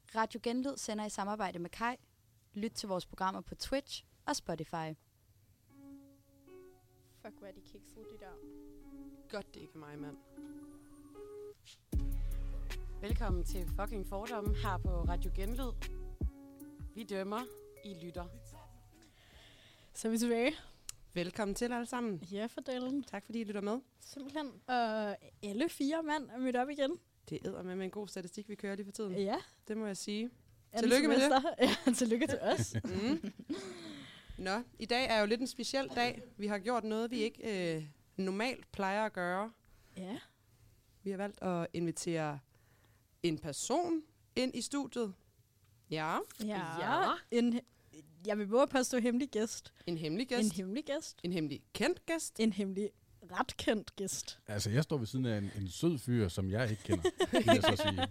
Radio Genlyd sender i samarbejde med Kai. Lyt til vores programmer på Twitch og Spotify. Fuck, hvad er de kiksede, de der. Godt, det ikke er mig, mand. Velkommen til fucking Fordomme her på Radio Genlyd. Vi dømmer, I lytter. Så er vi tilbage. Velkommen til alle sammen. Ja, for delen. Tak fordi I lytter med. Simpelthen. Alle 4 mand er mødt op igen. Det æder med en god statistik, vi kører lige for tiden. Ja. Det må jeg sige. Anden Tillykke med det. Ja, tillykke til os. Nå, i dag er jo lidt en speciel dag. Vi har gjort noget, vi ikke normalt plejer at gøre. Ja. Vi har valgt at invitere en person ind i studiet. Ja. Jeg vil både påstå hemmelig gæst. En hemmelig gæst. En hemmelig gæst. En hemmelig kendt gæst. En hemmelig ret kendt gæst. Altså, jeg står ved siden af en sød fyr, som jeg ikke kender, vil jeg så sige.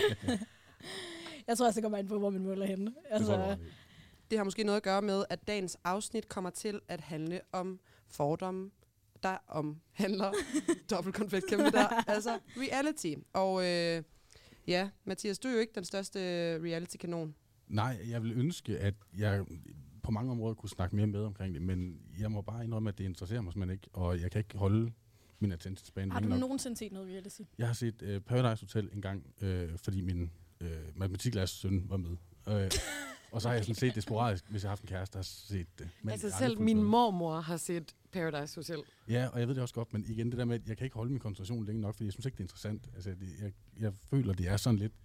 Jeg tror også, det kommer ind på, hvor min mål er henne. Altså, det har måske noget at gøre med, at dagens afsnit kommer til at handle om fordomme, der omhandler dobbeltkonfekt kæmpe der, altså reality. Og ja, Mathias, du er jo ikke den største reality-kanon. Nej, jeg vil ønske, at jeg på mange områder kunne snakke mere med omkring det, men jeg må bare indrømme, at det interesserer mig simpelthen ikke, og jeg kan ikke holde min attention span. Har du nogensinde set noget reality? Jeg har set Paradise Hotel en gang, fordi min matematiklærer søn var med. Og så har jeg sådan set det sporadisk, hvis jeg har haft en kæreste, der har set det. Men altså selv min mormor har set Paradise Hotel. Ja, og jeg ved det også godt, men igen det der med, at jeg kan ikke holde min koncentration længe nok, fordi jeg synes ikke, det er interessant. Altså, jeg føler, det er sådan lidt...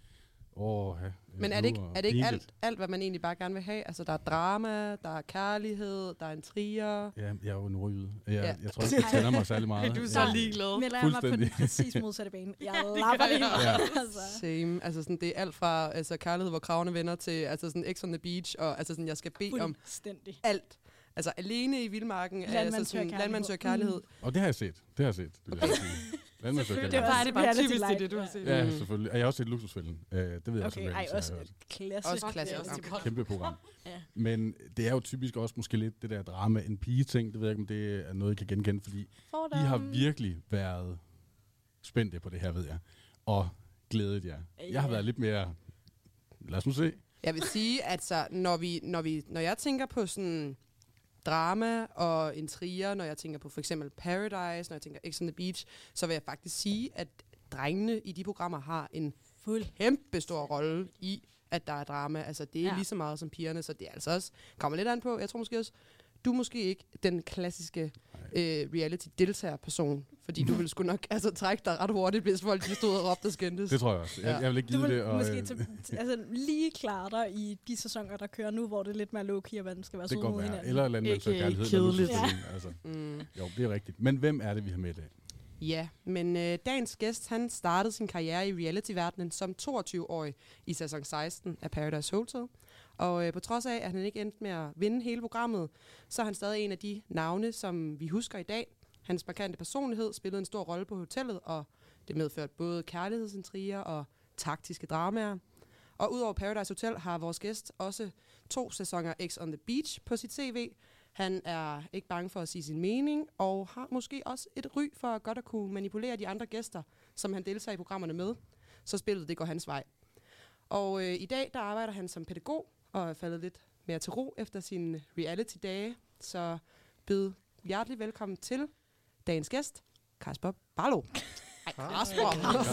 Men er det ikke alt, hvad man egentlig bare gerne vil have? Altså, der er drama, der er kærlighed, der er intriger. Ja, jeg er jo nordjyde. Jeg tror ikke, det tænder mig særlig meget. Du er så ligeglad. Men lader mig på den præcis modsatte bane. Jeg lapper det altså. Same. Altså, sådan, det er alt fra altså, kærlighed, hvor kravene vender, til altså, sådan, X on the Beach, og altså, sådan, jeg skal bede om alt. Altså, alene i vildmarken, landmand søger kærlighed. Og det har jeg set. Det vil jeg sige. Det er bare typisk det, du har set. Ja, selvfølgelig. Og jeg har også set Luksusfælden. Det ved jeg også. Okay, også et klassisk. Kæmpe program. Ja. Men det er jo typisk også måske lidt det der drama, en pige-ting. Det ved jeg ikke, om det er noget, I kan genkende, fordi I har virkelig været spændte på det her, ved jeg. Og glædet jer. Jeg har været lidt mere... Lad os nu se. Jeg vil sige, at så, når jeg tænker på sådan... drama og intriger, når jeg tænker på for eksempel Paradise, når jeg tænker X on the Beach, så vil jeg faktisk sige, at drengene i de programmer har en kæmpe stor rolle i, at der er drama. Altså det er lige så meget som pigerne, så det er altså også, kommer lidt an på, jeg tror måske også, du er måske ikke den klassiske reality-deltager-person, fordi du ville sgu nok trække dig ret hurtigt, hvis folk stod og råbte og skændtes. Det tror jeg også. Jeg vil ikke give det. Og måske lige klare dig i de sæsoner, der kører nu, hvor det er lidt mere low-key, og man skal være sød mod hinanden. Eller landmand søger kærlighed. Kedeligt. Jo, det er rigtigt. Men hvem er det, vi har med i dag? Ja, men dagens gæst, han startede sin karriere i reality-verdenen som 22-årig i sæson 16 af Paradise Hotel. Og på trods af, at han ikke endte med at vinde hele programmet, så er han stadig en af de navne, som vi husker i dag. Hans markante personlighed spillede en stor rolle på hotellet, og det medførte både kærlighedsintriger og taktiske dramaer. Og udover Paradise Hotel har vores gæst også 2 sæsoner X on the Beach på sit CV. Han er ikke bange for at sige sin mening, og har måske også et ry for godt at kunne manipulere de andre gæster, som han deltager i programmerne med. Så spillet det går hans vej. Og i dag der arbejder han som pædagog, og er faldet lidt mere til ro efter sine reality-dage. Så byd hjertelig velkommen til dagens gæst, Kasper Barlow. Ej, Kasper.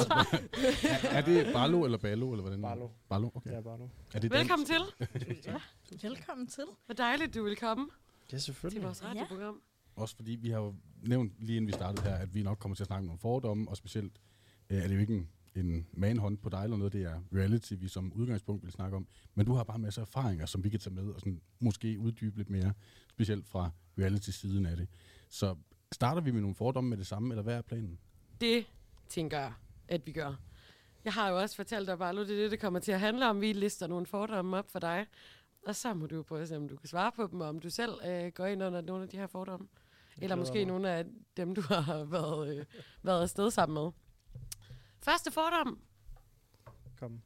Er det Barlow eller Ballo, eller hvordan? Barlow, okay. Ja, Barlow. Velkommen til. Ja, velkommen til. Hvor dejligt, du vil komme. Ja, selvfølgelig. Til vores radioprogram. Også fordi vi har jo nævnt lige inden vi startede her, at vi nok kommer til at snakke om nogle fordomme, og specielt er det jo ikke en manhånd på dig eller noget, det er reality, vi som udgangspunkt vil snakke om. Men du har bare masser af erfaringer, som vi kan tage med og sådan, måske uddybe lidt mere, specielt fra reality-siden af det. Så starter vi med nogle fordomme med det samme, eller hvad er planen? Det tænker jeg, at vi gør. Jeg har jo også fortalt dig, Barlow, det er det kommer til at handle om. Vi lister nogle fordomme op for dig, og så må du prøve at se, om du kan svare på dem, og om du selv går ind under nogle af de her fordomme. Eller måske nogle af dem, du har været afsted sammen med. Første fordom. Kom.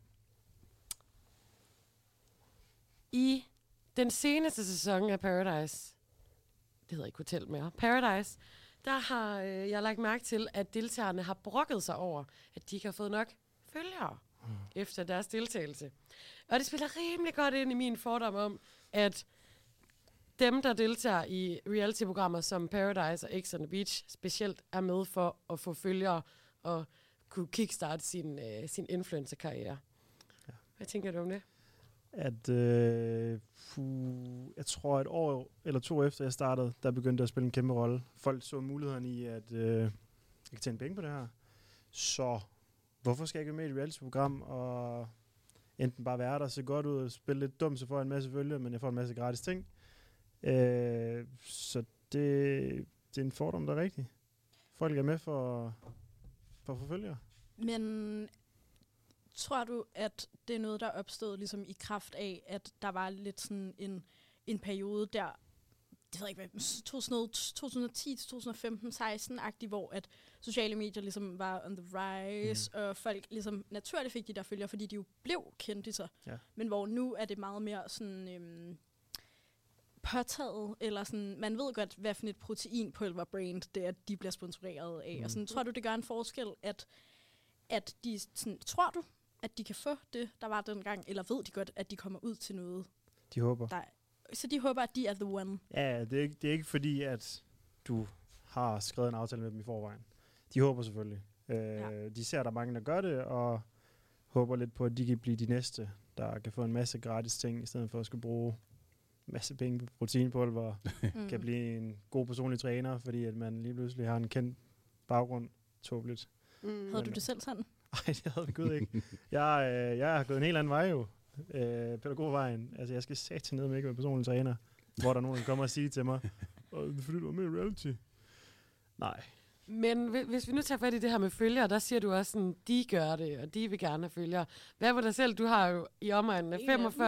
I den seneste sæson af Paradise, det hedder ikke Hotel mere, Paradise, der har jeg lagt mærke til, at deltagerne har brokket sig over, at de ikke har fået nok følgere. efter deres deltagelse. Og det spiller rimelig godt ind i min fordom om, at dem, der deltager i reality-programmer som Paradise og X on the Beach, specielt er med for at få følgere og kunne kickstarte sin influencer-karriere. Ja. Hvad tænker du om det? At jeg tror, et år eller 2 efter jeg startede, der begyndte at spille en kæmpe rolle. Folk så muligheden i, at jeg kan tjene penge på det her. Så hvorfor skal jeg ikke være med i et reality-program og enten bare være der, se godt ud og spille lidt dumt, så får jeg en masse følgere, men jeg får en masse gratis ting. Så det er en fordom, der er rigtig. Folk er med for at få følgere. Men tror du, at det er noget, der er opstået ligesom i kraft af, at der var lidt sådan en periode der, det ved jeg ikke, 2010, 2015, 16-agtig, hvor at sociale medier ligesom var on the rise, og folk ligesom naturligt fik de der følgere, fordi de jo blev kendte. Ja. Men hvor nu er det meget mere sådan påtaget, eller sådan, man ved godt, hvad for et proteinpulverbrand det er, at de bliver sponsoreret af. Og sådan, tror du, det gør en forskel, at de sådan, tror du, at de kan få det, der var dengang, eller ved de godt, at de kommer ud til noget? De håber. Så de håber, at de er the one? Ja, det er ikke fordi, at du har skrevet en aftale med dem i forvejen. De håber selvfølgelig. De ser, at der er mange, der gør det, og håber lidt på, at de kan blive de næste, der kan få en masse gratis ting, i stedet for at skulle bruge masse penge på proteinpulver, kan blive en god personlig træner, fordi at man lige pludselig har en kendt baggrund. Tåbeligt. Havde du det selv sådan? Nej, det havde jeg gud ikke. Jeg har gået en helt anden vej jo. Pædagogvejen. Altså, jeg skal sætte ned med ikke være personlig træner, hvor der er nogen, der kommer og siger til mig, det er fordi, du er med i reality. Nej. Men hvis vi nu tager fat i det her med følgere, der siger du også sådan, de gør det, og de vil gerne have følgere. Hvad var dig selv? Du har jo i omegnen af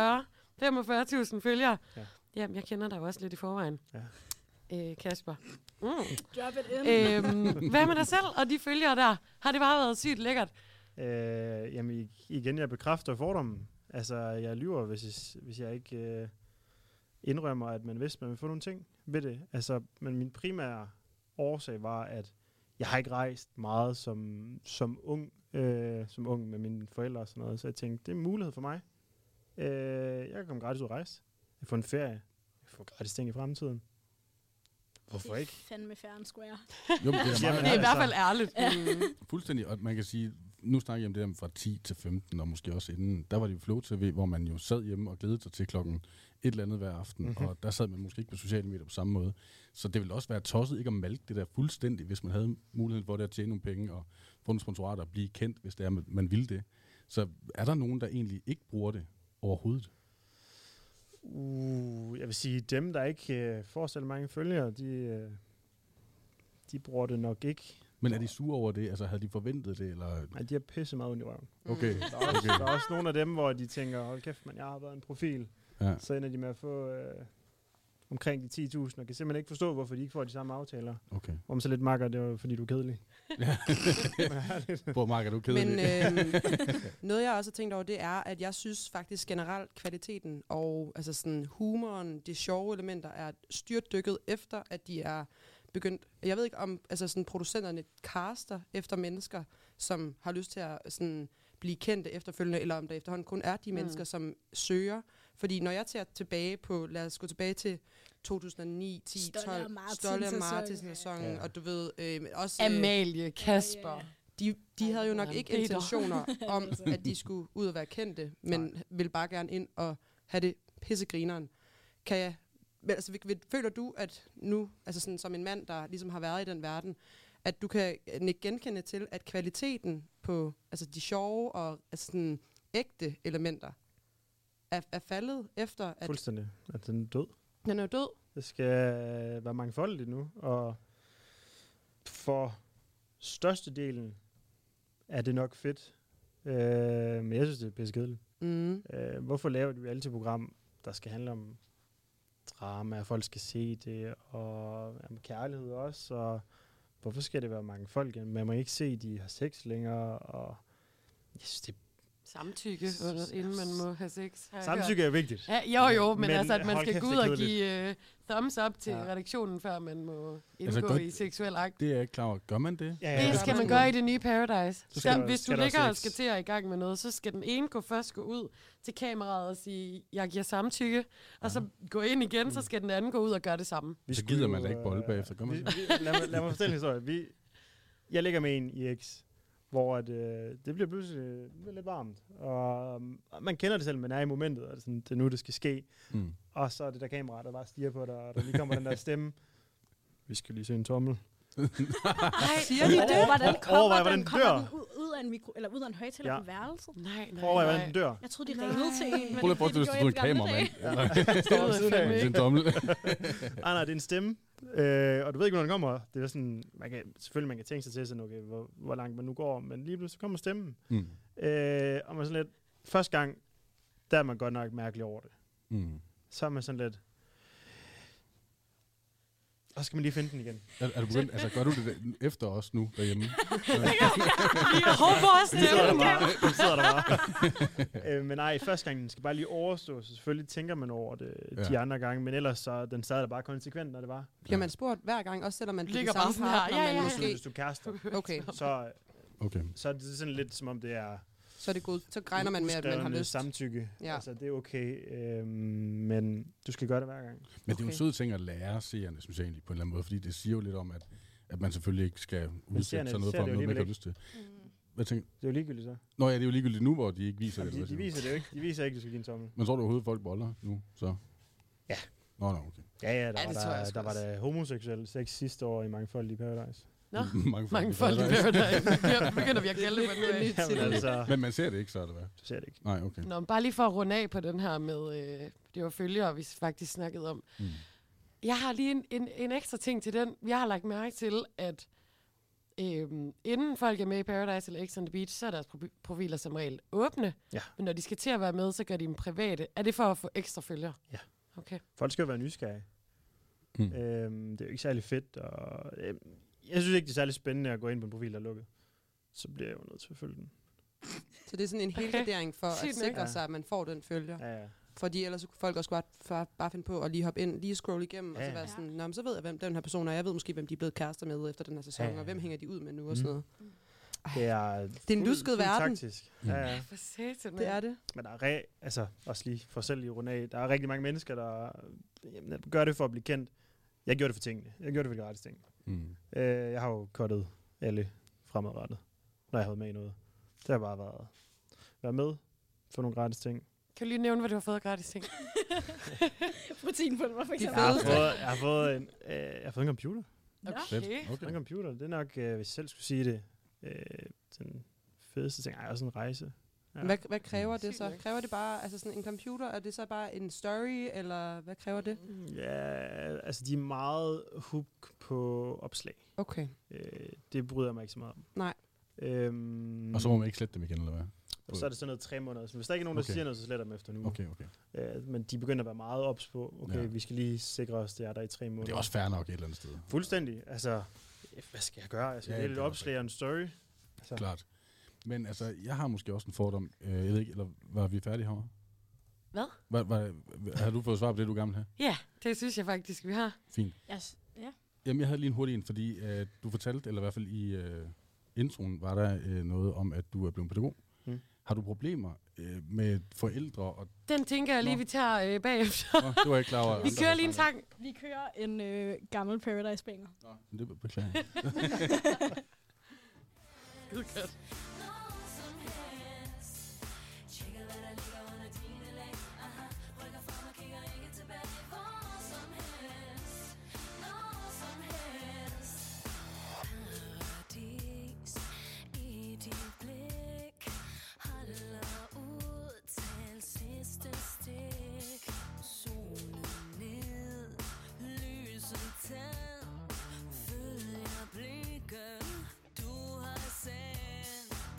45.000 følgere. Ja. Jamen, jeg kender dig jo også lidt i forvejen. Ja. Kasper. Drop it in. Hvad med dig selv og de følgere der? Har det bare været sygt lækkert? Jamen, igen, jeg bekræfter fordommen. Altså, jeg lyver, hvis jeg ikke indrømmer, at man vidste, man vil få nogle ting ved det. Altså, men min primære årsag var, at jeg har ikke rejst meget som ung med mine forældre og sådan noget, så jeg tænkte, det er en mulighed for mig. Jeg kan komme gratis ud at rejse. Jeg får en ferie. Jeg får gratis ting i fremtiden. Hvorfor ikke? Det er fandme fair and square. Jo, det er i hvert fald ærligt. Fuldstændig, og man kan sige, nu snakker jeg om det der fra 10 til 15, og måske også inden, der var det jo Flow TV, hvor man jo sad hjemme og glædede sig til klokken et eller andet hver aften, og der sad man måske ikke på sociale medier på samme måde. Så det ville også være tosset ikke at malke det der fuldstændig, hvis man havde muligheden for det at tjene nogle penge og få nogle sponsorater og blive kendt, hvis det er, man ville det. Så er der nogen, der egentlig ikke bruger det overhovedet? Jeg vil sige, dem, der ikke forestiller mange følgere, de bruger det nok ikke. Men er de sure over det? Altså, havde de forventet det? Eller? Nej, de har pisse meget ondt i røven. Okay. Der er også nogle af dem, hvor de tænker, hold kæft, man, jeg har været en profil. Ja. Så ender de med at få omkring de 10.000, og kan simpelthen ikke forstå, hvorfor de ikke får de samme aftaler. Okay. Hvor man så lidt makker, det var fordi, du er kedelig. Hvor makker du kedelig? Men noget, jeg også har tænkt over, det er, at jeg synes faktisk generelt kvaliteten og altså sådan humoren, de sjove elementer, er styrtdykket efter, at de er begyndt. Jeg ved ikke om altså sådan producenterne caster efter mennesker, som har lyst til at sådan blive kendte efterfølgende, eller om der efterhånden kun er de mennesker, som søger. Fordi når jeg tager tilbage på, lad os gå tilbage til 2009, 10, 12, Stolle og Martin-sæsonen, og du ved, også Amalie, Kasper. De havde jo nok ikke intentioner om, at de skulle ud og være kendte, men ville bare gerne ind og have det pissegrineren. Føler du, at nu, altså sådan som en mand, der ligesom har været i den verden, at du kan genkende til, at kvaliteten på altså de sjove og altså sådan ægte elementer er faldet efter, at... Fuldstændig. At den er død. Den er jo død. Det skal være mangfoldigt nu, og for størstedelen er det nok fedt. Men jeg synes, det er pissekedeligt. Hvorfor lave et reality-program, der skal handle om drama, og folk skal se det, og kærlighed også, og hvorfor skal det være mange folk? Man må ikke se, at de har sex længere, og jeg synes, det er Samtykke, inden man må have sex. Samtykke er vigtigt. Ja, jo, men altså, at man hold skal kæft, gå ud det er og kedeligt. give thumbs up til redaktionen, før man må indgå godt- i seksuel akt. Det er jeg ikke klar over. Gør man det? Ja, Det skal man gøre i det nye Paradise. Så skal der- Hvis du skal der ligger og sex. skal til at i gang med noget, så skal den ene først gå ud til kameraet og sige, jeg giver samtykke, og så gå ind igen, så skal den anden gå ud og gøre det samme. Så gider man da ikke bolle bagefter, gør man det? lad mig fortælle en historie. Jeg ligger med en i X, hvor det bliver pludselig det bliver lidt varmt. Og man kender det selv, men er i momentet, og det er nu, det skal ske. Mm. Og så er det der kamera, der bare stiger på dig, og der lige kommer den der stemme. Vi skal lige se en tommel. Siger de det? Hvordan Overvej, kommer hvordan den, den kommer dør. den ud af en mikro, eller ud af en højtaler Ja. på værelset? Nej. Overvej, hvordan den dør. Jeg troede, de ringede til en. men Prøv lige at det forestille dig, gjorde hvis du stod en i gamle kameramand. dage. Står ved siden af. Det er en tommel. Nej, det er en stemme. Og du ved ikke, hvornår den kommer. Det er sådan, selvfølgelig man kan tænke sig til, sådan, okay, hvor langt man nu går, men lige pludselig så kommer stemmen. Mm. Og man sådan lidt, første gang, der er man godt nok mærkelig over det. Mm. Så er man sådan lidt, og så skal man lige finde den igen. Er du begyndt, altså gør du det efter os nu derhjemme? Håb for os, Det sidder der bare. Det sidder der bare. Men nej, første gang, den skal bare lige overstå, så selvfølgelig tænker man over det de andre gange, men ellers så den sad der bare konsekvent, når det var. Bliver man spurgt hver gang, også selvom man Ligger den bare samme sådan her. partner, Ja, men ja, ja. måske... Hvis du kærester, Okay, så er det sådan lidt som om det er så er det god. Så regner man med, at man har uskreven lyst. samtykke. Ja. Altså, det er okay, men du skal gøre det hver gang. Men det er jo en Okay. sød ting at lære seerne, synes jeg egentlig, på en eller anden måde, fordi det siger jo lidt om, at man selvfølgelig ikke skal udsætte seerne sig noget ser for det jo noget, man ikke har alligevel lyst til. Hvad tænker Det er jo ligegyldigt så. Nå ja, det er jo ligegyldigt nu, hvor de ikke viser Jamen, det. de viser det jo ikke. De viser ikke, du skal give en tommel. Men tror du overhovedet, folk boller nu, så? Ja. Nå, okay. Ja, det tror jeg sgu der var også. der homoseksuel sex sidste år i Mangfoldig Paradise. Nå, Mange mangfoldig Paradise. Nu begynder vi at gælde det på nu af. Jamen, altså, Men man ser det ikke så, eller hvad? du ser det ikke. Nej, okay. Nå, men bare lige for at runde af på den her med, det var følgere, vi faktisk snakkede om. Mm. Jeg har lige en ekstra ting til den. Jeg har lagt mærke til, at inden folk er med i Paradise eller X on the Beach, så er deres profiler som regel åbne. Ja. Men når de skal til at være med, så gør de dem private. Er det for at få ekstra følgere? Ja. Okay. Folk skal jo være nysgerrige. Mm. Det er jo ikke særlig fedt, og jeg synes ikke, det er særlig spændende at gå ind på en profil, der er lukket. Så bliver jeg jo nødt til at følge den. Så det er sådan en helgardering for at Sygt nok. sikre sig, at man får den følger. Ja. Fordi ellers så kunne folk også bare finde på at lige hoppe ind, lige scrolle igennem, og så være sådan, nå, men så ved jeg, hvem den her person er. Jeg ved måske, hvem de er blevet kærester med efter den her sæson, Ja. og hvem hænger de ud med nu og sådan noget. Det er en lusket verden. Taktisk. Mm. Ja. For satan, Det er det. Men der er altså også lige for selv i runde af, der er rigtig mange mennesker, der gør det for at blive kendt. Jeg gjorde det for tingene. Jeg gjorde det for gratis ting. Mm. Jeg har jo cuttet alle fremadrettet, når jeg havde med i noget. Det har bare været med for nogle gratis ting. Kan du lige nævne, hvad du har fået gratis ting? Proteinpulver, for eksempel. Jeg har fået en computer. Fedt. En Okay. computer. Det er nok, hvis jeg selv skulle sige det, den fedeste ting. Også en rejse. Ja. Hvad kræver det Sygt så? nok. Kræver det bare altså sådan en computer? Er det så bare en story, eller hvad kræver det? Ja, altså de er meget hook på opslag. Okay. Det bryder jeg mig ikke så meget om. Nej. Og så må man ikke slette dem igen, eller hvad? Og så er det sådan noget 3 måneder. Så hvis der ikke er nogen, der Okay. siger noget, så sletter dem efter nu. Okay. Men de begynder at være meget ops på, okay, Ja. vi skal lige sikre os, det er der i 3 måneder. Men det er også fair nok et eller andet sted. Fuldstændig. Altså, hvad skal jeg gøre? Jeg skal Ja, dele det et er opslag og en story. Altså, Klart. Men altså, jeg har måske også en fordom. Jeg ved ikke, eller var vi færdige her? Hvad? Har du fået svar på det, du gerne vil have? Ja, det synes jeg faktisk, vi har. Fint. Yes. Ja. Jamen, jeg havde lige en hurtig en, fordi du fortalte, eller i hvert fald i introen, var der noget om, at du er blevet pædagog. Mm. Har du problemer med forældre? Og Den tænker jeg lige, Nå. vi tager bagefter. det var jeg ikke klar over. Vi kører lige en sang. Vi kører en gammel Paradise-banger. Det beklager jeg. Skide godt. Følger blikken, du har sendt.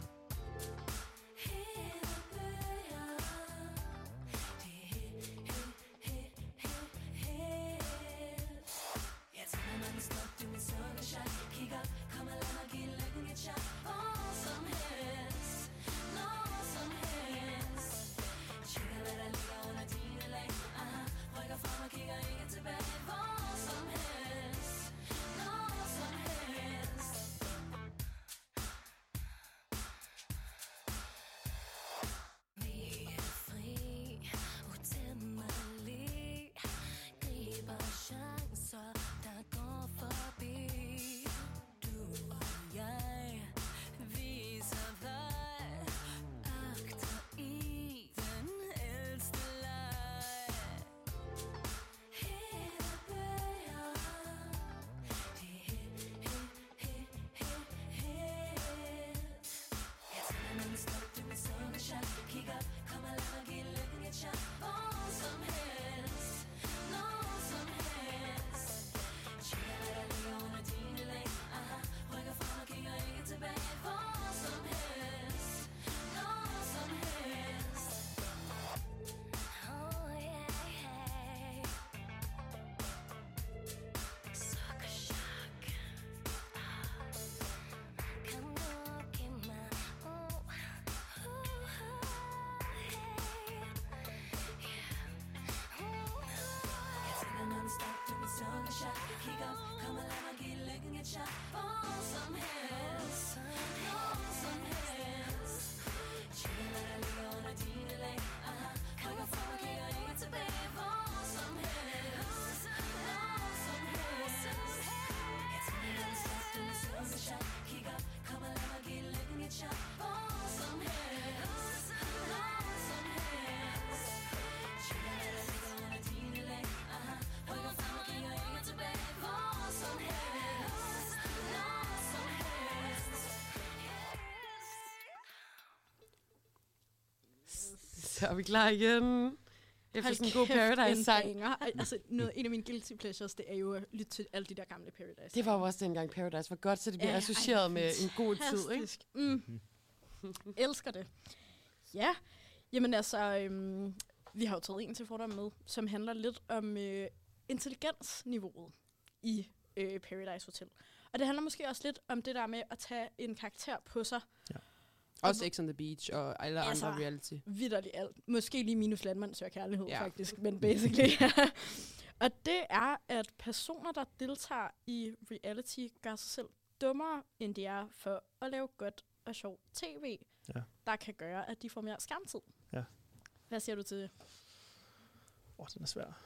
Så er vi klar igen. Efter sådan en god Paradise-sang. Altså, en af mine guilty pleasures, det er jo at lytte til alle de der gamle Paradise. Det var jo også dengang Paradise var godt, så det bliver associeret med en god tid, ikke? Elsker det. Ja, jamen altså, vi har jo taget en til fordom med, som handler lidt om intelligensniveauet i Paradise Hotel. Og det handler måske også lidt om det der med at tage en karakter på sig. Ja. Også X on the Beach og alle andre reality. Vitterligt alt. Måske lige minus Landmand søger kærlighed, faktisk, men basically. Og det er, at personer, der deltager i reality, gør sig selv dummere, end de er for at lave godt og sjov tv, der kan gøre, at de får mere skærmtid. Ja. Hvad siger du til det? Den er svær.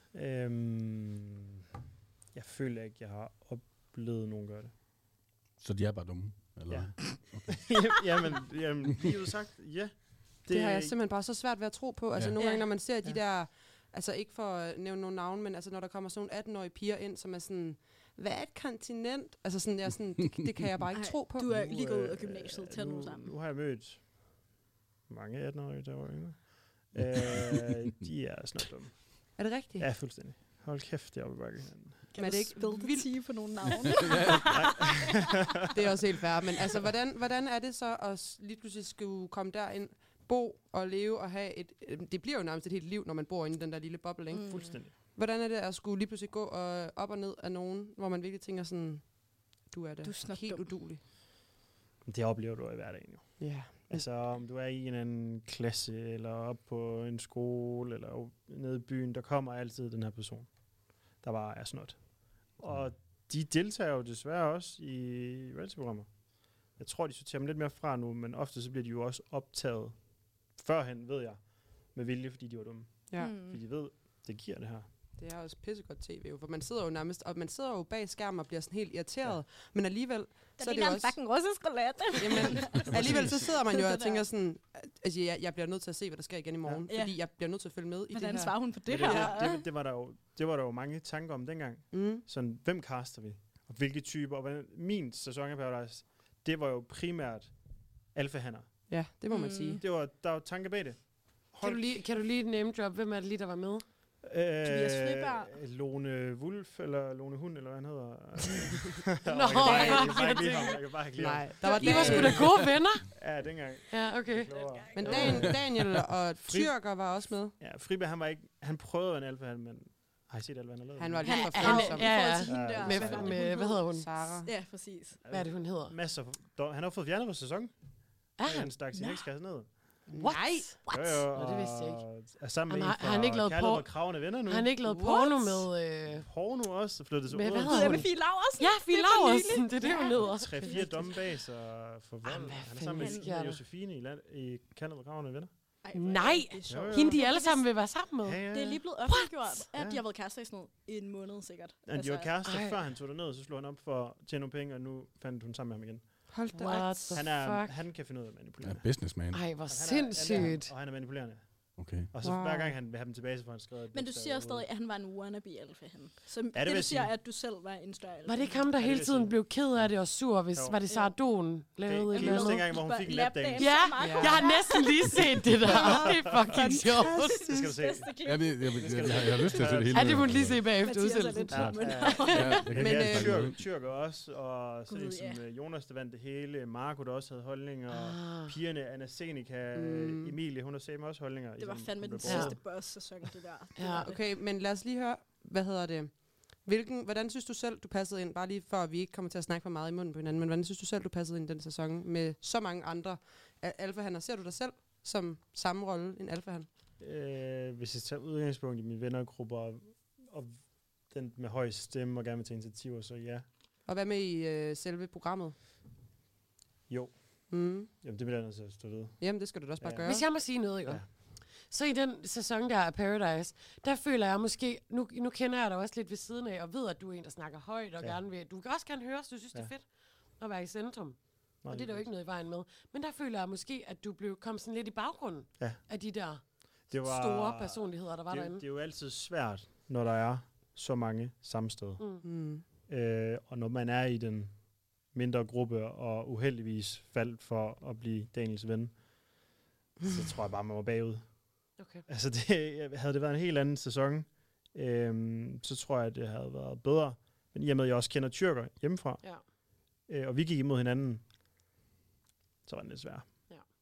Jeg føler ikke, jeg har oplevet nogen gøre det. Så de er bare dumme? Eller? Ja. Okay. jamen, I har jo sagt, ja. Det har jeg simpelthen bare så svært ved at tro på. Altså nogle gange, når man ser de der, altså ikke for at nævne nogen navn, men altså når der kommer sådan nogle 18-årige piger ind, som er sådan, hvad er et kontinent? Altså sådan, jeg sådan det kan jeg bare ikke tro på. Du er lige gået ud af gymnasiet, tæt nu sammen. Nu har jeg mødt mange 18-årige, der var yngre. De er snart dumme. Er det rigtigt? Ja, fuldstændig. Hold kæft, det er oppe i bakken. Kan du ikke vildt på nogle navne? Det er også helt fair. Men altså, hvordan er det så at lige pludselig skulle komme derind, bo og leve og have et... Det bliver jo nærmest et helt liv, når man bor inde i den der lille boble, ikke? Fuldstændig. Hvordan er det at skulle lige pludselig gå op og ned af nogen, hvor man virkelig tænker sådan, du er helt uduelig? Det oplever du i hverdagen jo. Ja. Altså, om du er i en anden klasse, eller op på en skole, eller nede i byen, der kommer altid den her person, der bare er snot. Og de deltager jo desværre også i reality-programmer. Jeg tror, de sorterer dem lidt mere fra nu, men ofte så bliver de jo også optaget førhen, ved jeg, med vilje, fordi de var dumme. Ja. Fordi de ved, det giver det her. Det er også pissegodt tv, jo, for man sidder jo nærmest, og man sidder jo bag skærmen og bliver sådan helt irriteret, men alligevel, så er det jo også... fucking russisk roulette. Jamen, alligevel så sidder man jo og tænker sådan, altså jeg bliver nødt til at se, hvad der sker igen i morgen, fordi jeg bliver nødt til at følge med i det her. Hvordan svarer hun på det her? Det var der jo mange tanker om dengang. Sådan, hvem caster vi? Og hvilke typer? Og min sæson af Paradise, det var jo primært alfahanner. Ja, det må man sige. Der var tanker bag det. Kan du lige name drop, hvem er det lige, der var med? Tobias Friberg. Lone Wulf, eller Lone Hund, eller hvad han hedder. Jeg kan bare ikke lide ham. I var sgu da gode venner. Ja, dengang. Ja, okay. Men Daniel og Tyrker var også med. Ja, Friberg, han prøvede en alfahan, men har I set alt, hvad han har lavet? Han var lidt for følsom. Med, hvad hedder hun? Sarah. Ja, præcis. Hvad er det, hun hedder? Masser. Han har fået fjernet på sæson. Han stak sin ekskasse ned. What? Jo, det vidste jeg ikke. Er sammen med Har han ikke lavet Kærlighed og Kravende Venner nu? Har han ikke lavet porno med... Porno også, flyttet sig med, ud. hvad hedder hun? Med Fie Laursen. Ja, Fie Laursen, det er det, hun hedder. 3-4 domme bag sig for vold. Han er sammen med Josefine i Kærlighed og Kravende Venner. Nej, hende de alle sammen vil være sammen med. Det er lige blevet offentliggjort, at de har været kærester i sådan noget en måned sikkert. De var kærester, før han tog derned, så slog han op for at tjene nogle penge, og nu fandt hun sammen med ham igen. Hold da. Han kan finde ud af at manipulere. Ja, businessman. Ej, hvor sindssygt. Og han er manipulerende. Okay. Og så hver gang han vil have dem tilbage, så får han skrevet... Men du siger stadig, at han var en wannabe alfa han. Så ja, det du siger, at du selv var en større alfa. Var det ikke ham, der hele tiden blev ked af det og sur, hvis var det Sara Don lavede et eller andet? Dengang, hvor hun fik en lapdance. Ja, jeg har næsten lige set det der. Det er fucking sjovt. Det skal du se. Jeg har lyst til at se det hele. Ja, det må du lige se bagefter udsendelsen. Men Tyrker også, og sådan som Jonas, der vandt det hele. Marco, der også havde holdninger. Pigerne, Anna Seneca, Emilie, hun har set også holdninger. Det var fandme den sidste boss-sæson, det der. Ja, okay, men lad os lige høre, hvad hedder det? Hvordan synes du selv, du passede ind, bare lige for at vi ikke kommer til at snakke for meget i munden på hinanden, men hvordan synes du selv, du passede ind i den sæson med så mange andre alfahanner? Ser du dig selv som samme rolle, en alfahan? Hvis jeg tager udgangspunkt i mine vennergrupper, og den med høj stemme og gerne vil tage initiativer, så ja. Og hvad med i selve programmet? Jo. Jamen, det vil jeg nødt til at stå ved. Jamen, det skal du da også bare gøre. Hvis jeg må sige noget, ikke? Ja. Så i den sæson der af Paradise, der føler jeg måske, nu kender jeg dig også lidt ved siden af, og ved, at du er en, der snakker højt, og gerne vil, du kan også gerne høre, så du synes, det er fedt at være i centrum. Og det er der jo ikke noget i vejen med. Men der føler jeg måske, at du kom sådan lidt i baggrunden af de der store personligheder, der var derinde. Det er jo altid svært, når der er så mange samme sted. Og når man er i den mindre gruppe, og uheldigvis faldt for at blive Daniels ven, så tror jeg bare, man var bagud. Okay. Altså, havde det været en helt anden sæson, så tror jeg, at det havde været bedre. Men i og med, at jeg også kender tyrker hjemmefra, og vi gik imod hinanden, så var det lidt svært.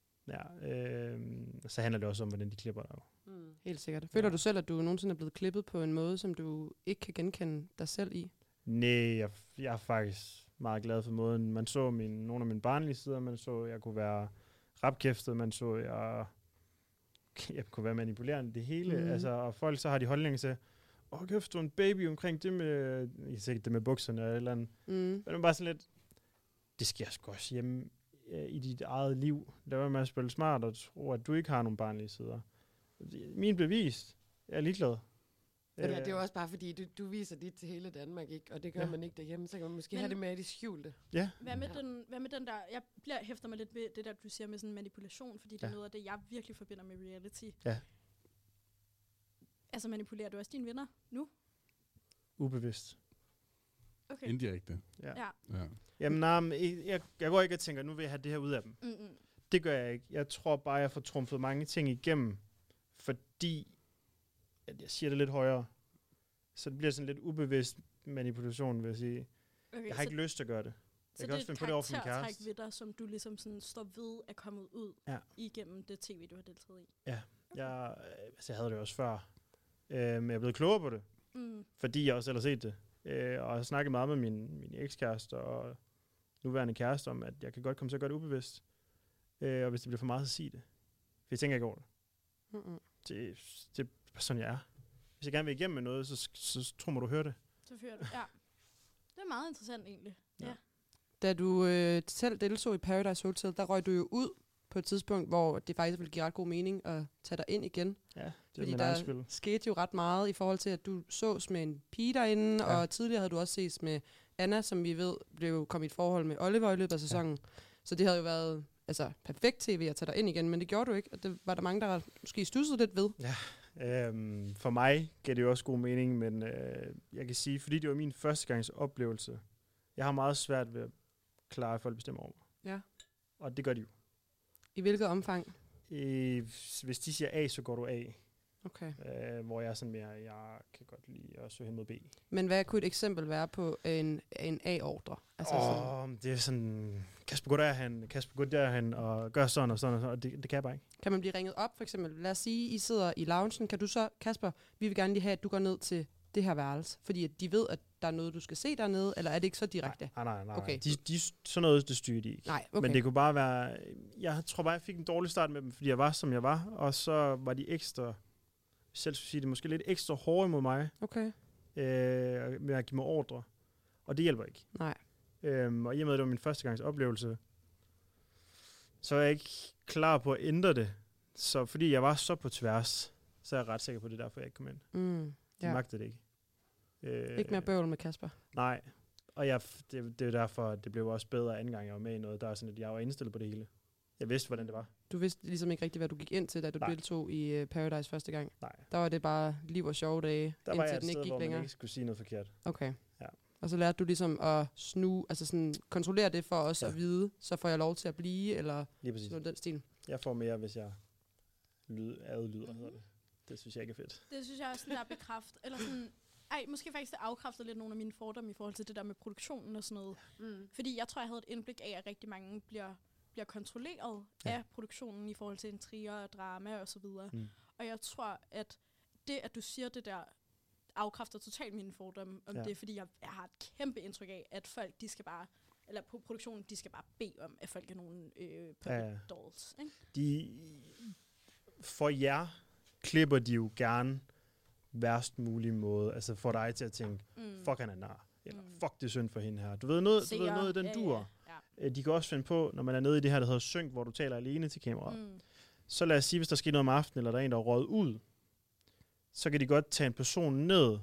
Så handler det også om, hvordan de klipper dig. Helt sikkert. Føler du selv, at du nogensinde er blevet klippet på en måde, som du ikke kan genkende dig selv i? Nej, jeg er faktisk meget glad for måden. Man så nogle af mine barnlige sider, man så, jeg kunne være rapkæftet, man så, jeg kunne være manipulerende, det hele. Altså, og folk så har de holdninger til, kæft, du er en baby omkring det med, ikke sikkert det med bukserne eller et eller andet. Men det er bare sådan lidt, det sker sgu også hjemme i dit eget liv. Lad være med at spille smart og tro, at du ikke har nogen barnlige sider. Min blev vist. Jeg er ligeglad. Ja, det er jo også bare fordi, du viser dit til hele Danmark, ikke? Og det gør man ikke derhjemme, så kan man måske have det med i det skjulte. Ja. Hvad med den der, jeg hæfter mig lidt ved det der, du siger med sådan manipulation, fordi det er noget af det, jeg virkelig forbinder med reality. Ja. Altså manipulerer du også dine venner nu? Ubevidst. Okay. Indirekte. Ja. Jamen, jeg går ikke og tænker, nu vil jeg have det her ud af dem. Det gør jeg ikke. Jeg tror bare, jeg får trumfet mange ting igennem, fordi at jeg siger det lidt højere. Så det bliver sådan lidt ubevidst manipulation, vil jeg sige. Okay, jeg har ikke lyst til at gøre det. Jeg kan også finde på det over for min kæreste. Så det er et karaktertræk ved dig, som du ligesom sådan står ved at komme ud igennem det tv, du har deltaget i? Ja. Okay. Jeg havde det også før. Men jeg er blevet klogere på det. Fordi jeg også selv har set det. Og jeg har snakket meget med min ekskæreste og nuværende kæreste om, at jeg kan godt komme til at gøre det ubevidst. Og hvis det bliver for meget, så sig det. For jeg tænker ikke over det. Det er sådan, jeg er. Hvis jeg gerne vil igennem med noget, så tror man, du hører det. Så fører det, ja. Det er meget interessant egentlig. Ja. Da du selv deltog i Paradise Hotel, der røg du jo ud på et tidspunkt, hvor det faktisk ville give ret god mening at tage dig ind igen. Ja, det fordi der skete jo ret meget i forhold til, at du sås med en pige derinde, og tidligere havde du også ses med Anna, som vi ved kom i et forhold med Oliver i løbet af sæsonen. Så det havde jo været perfekt tv at tage dig ind igen, men det gjorde du ikke, og det var der mange, der måske studsede lidt ved. Ja, for mig gav det jo også god mening, men jeg kan sige, fordi det var min førstegangs oplevelse, jeg har meget svært ved at klare, at folk bestemmer over mig. Ja. Og det gør de jo. I hvilket omfang? Hvis de siger A, så går du A. Okay. Hvor jeg er sådan mere, jeg kan godt lide at søge hen mod B. Men hvad kunne et eksempel være på en A-ordre? Altså det er sådan, Kasper, gå derhen, og gør sådan og sådan og sådan, og det kan jeg bare ikke. Kan man blive ringet op, for eksempel? Lad os sige, I sidder i loungen. Kan du så, Kasper, vi vil gerne lige have, at du går ned til det her værelse, fordi at de ved, at der er noget, du skal se dernede, eller er det ikke så direkte? Nej. Okay. Sådan noget, det styrer de ikke. Nej, okay. Men det kunne bare være, jeg tror bare, jeg fik en dårlig start med dem, fordi jeg var, som jeg var, og så var de ekstra, selv skulle sige det, måske lidt ekstra hårde mod mig, med at give mig ordre. Og det hjælper ikke. Nej. Og i og med, at det var min første gangs oplevelse, så er jeg ikke klar på at ændre det. Så fordi jeg var så på tværs, så er jeg ret sikker på, det derfor jeg ikke kom ind. De magtede det ikke. Ikke mere bøvl med Kasper? Nej. Og det er derfor, at det blev også bedre anden gang, jeg var med i noget. Der er sådan, at jeg var indstillet på det hele. Jeg vidste, hvordan det var. Du vidste ligesom ikke rigtigt, hvad du gik ind til, da du deltog i Paradise første gang? Nej. Der var det bare liv og sjove dage, der var indtil den ikke gik længere? Der var man ikke skulle sige noget forkert. Okay. Ja. Og så lærte du ligesom at kontrollere det for os at vide, så får jeg lov til at blive, eller sådan den stil? Jeg får mere, hvis jeg adlyder, hedder det. Det synes jeg ikke er fedt. Det synes jeg også, der er bekræft. Eller sådan, måske faktisk det afkræfter lidt nogle af mine fordomme i forhold til det der med produktionen og sådan noget. Fordi jeg tror, jeg havde et indblik af, at rigtig mange bliver kontrolleret af produktionen i forhold til intriger og drama og så videre. Og jeg tror, at det, at du siger det der, afkræfter totalt mine fordomme om det, fordi jeg har et kæmpe indtryk af, at folk, de skal bare, eller på produktionen, de skal bare bede om, at folk er nogle dolls. Ikke? For jer klipper de jo gerne værst mulige måde, altså får dig til at tænke, fuck han er nar, eller fuck det er synd for hende her. Du ved noget i den dur. Ja. De kan også finde på, når man er nede i det her, der hedder synk, hvor du taler alene til kameraet. Så lad os sige, hvis der sker noget om aftenen, eller der er en, der er røget ud, så kan de godt tage en person ned,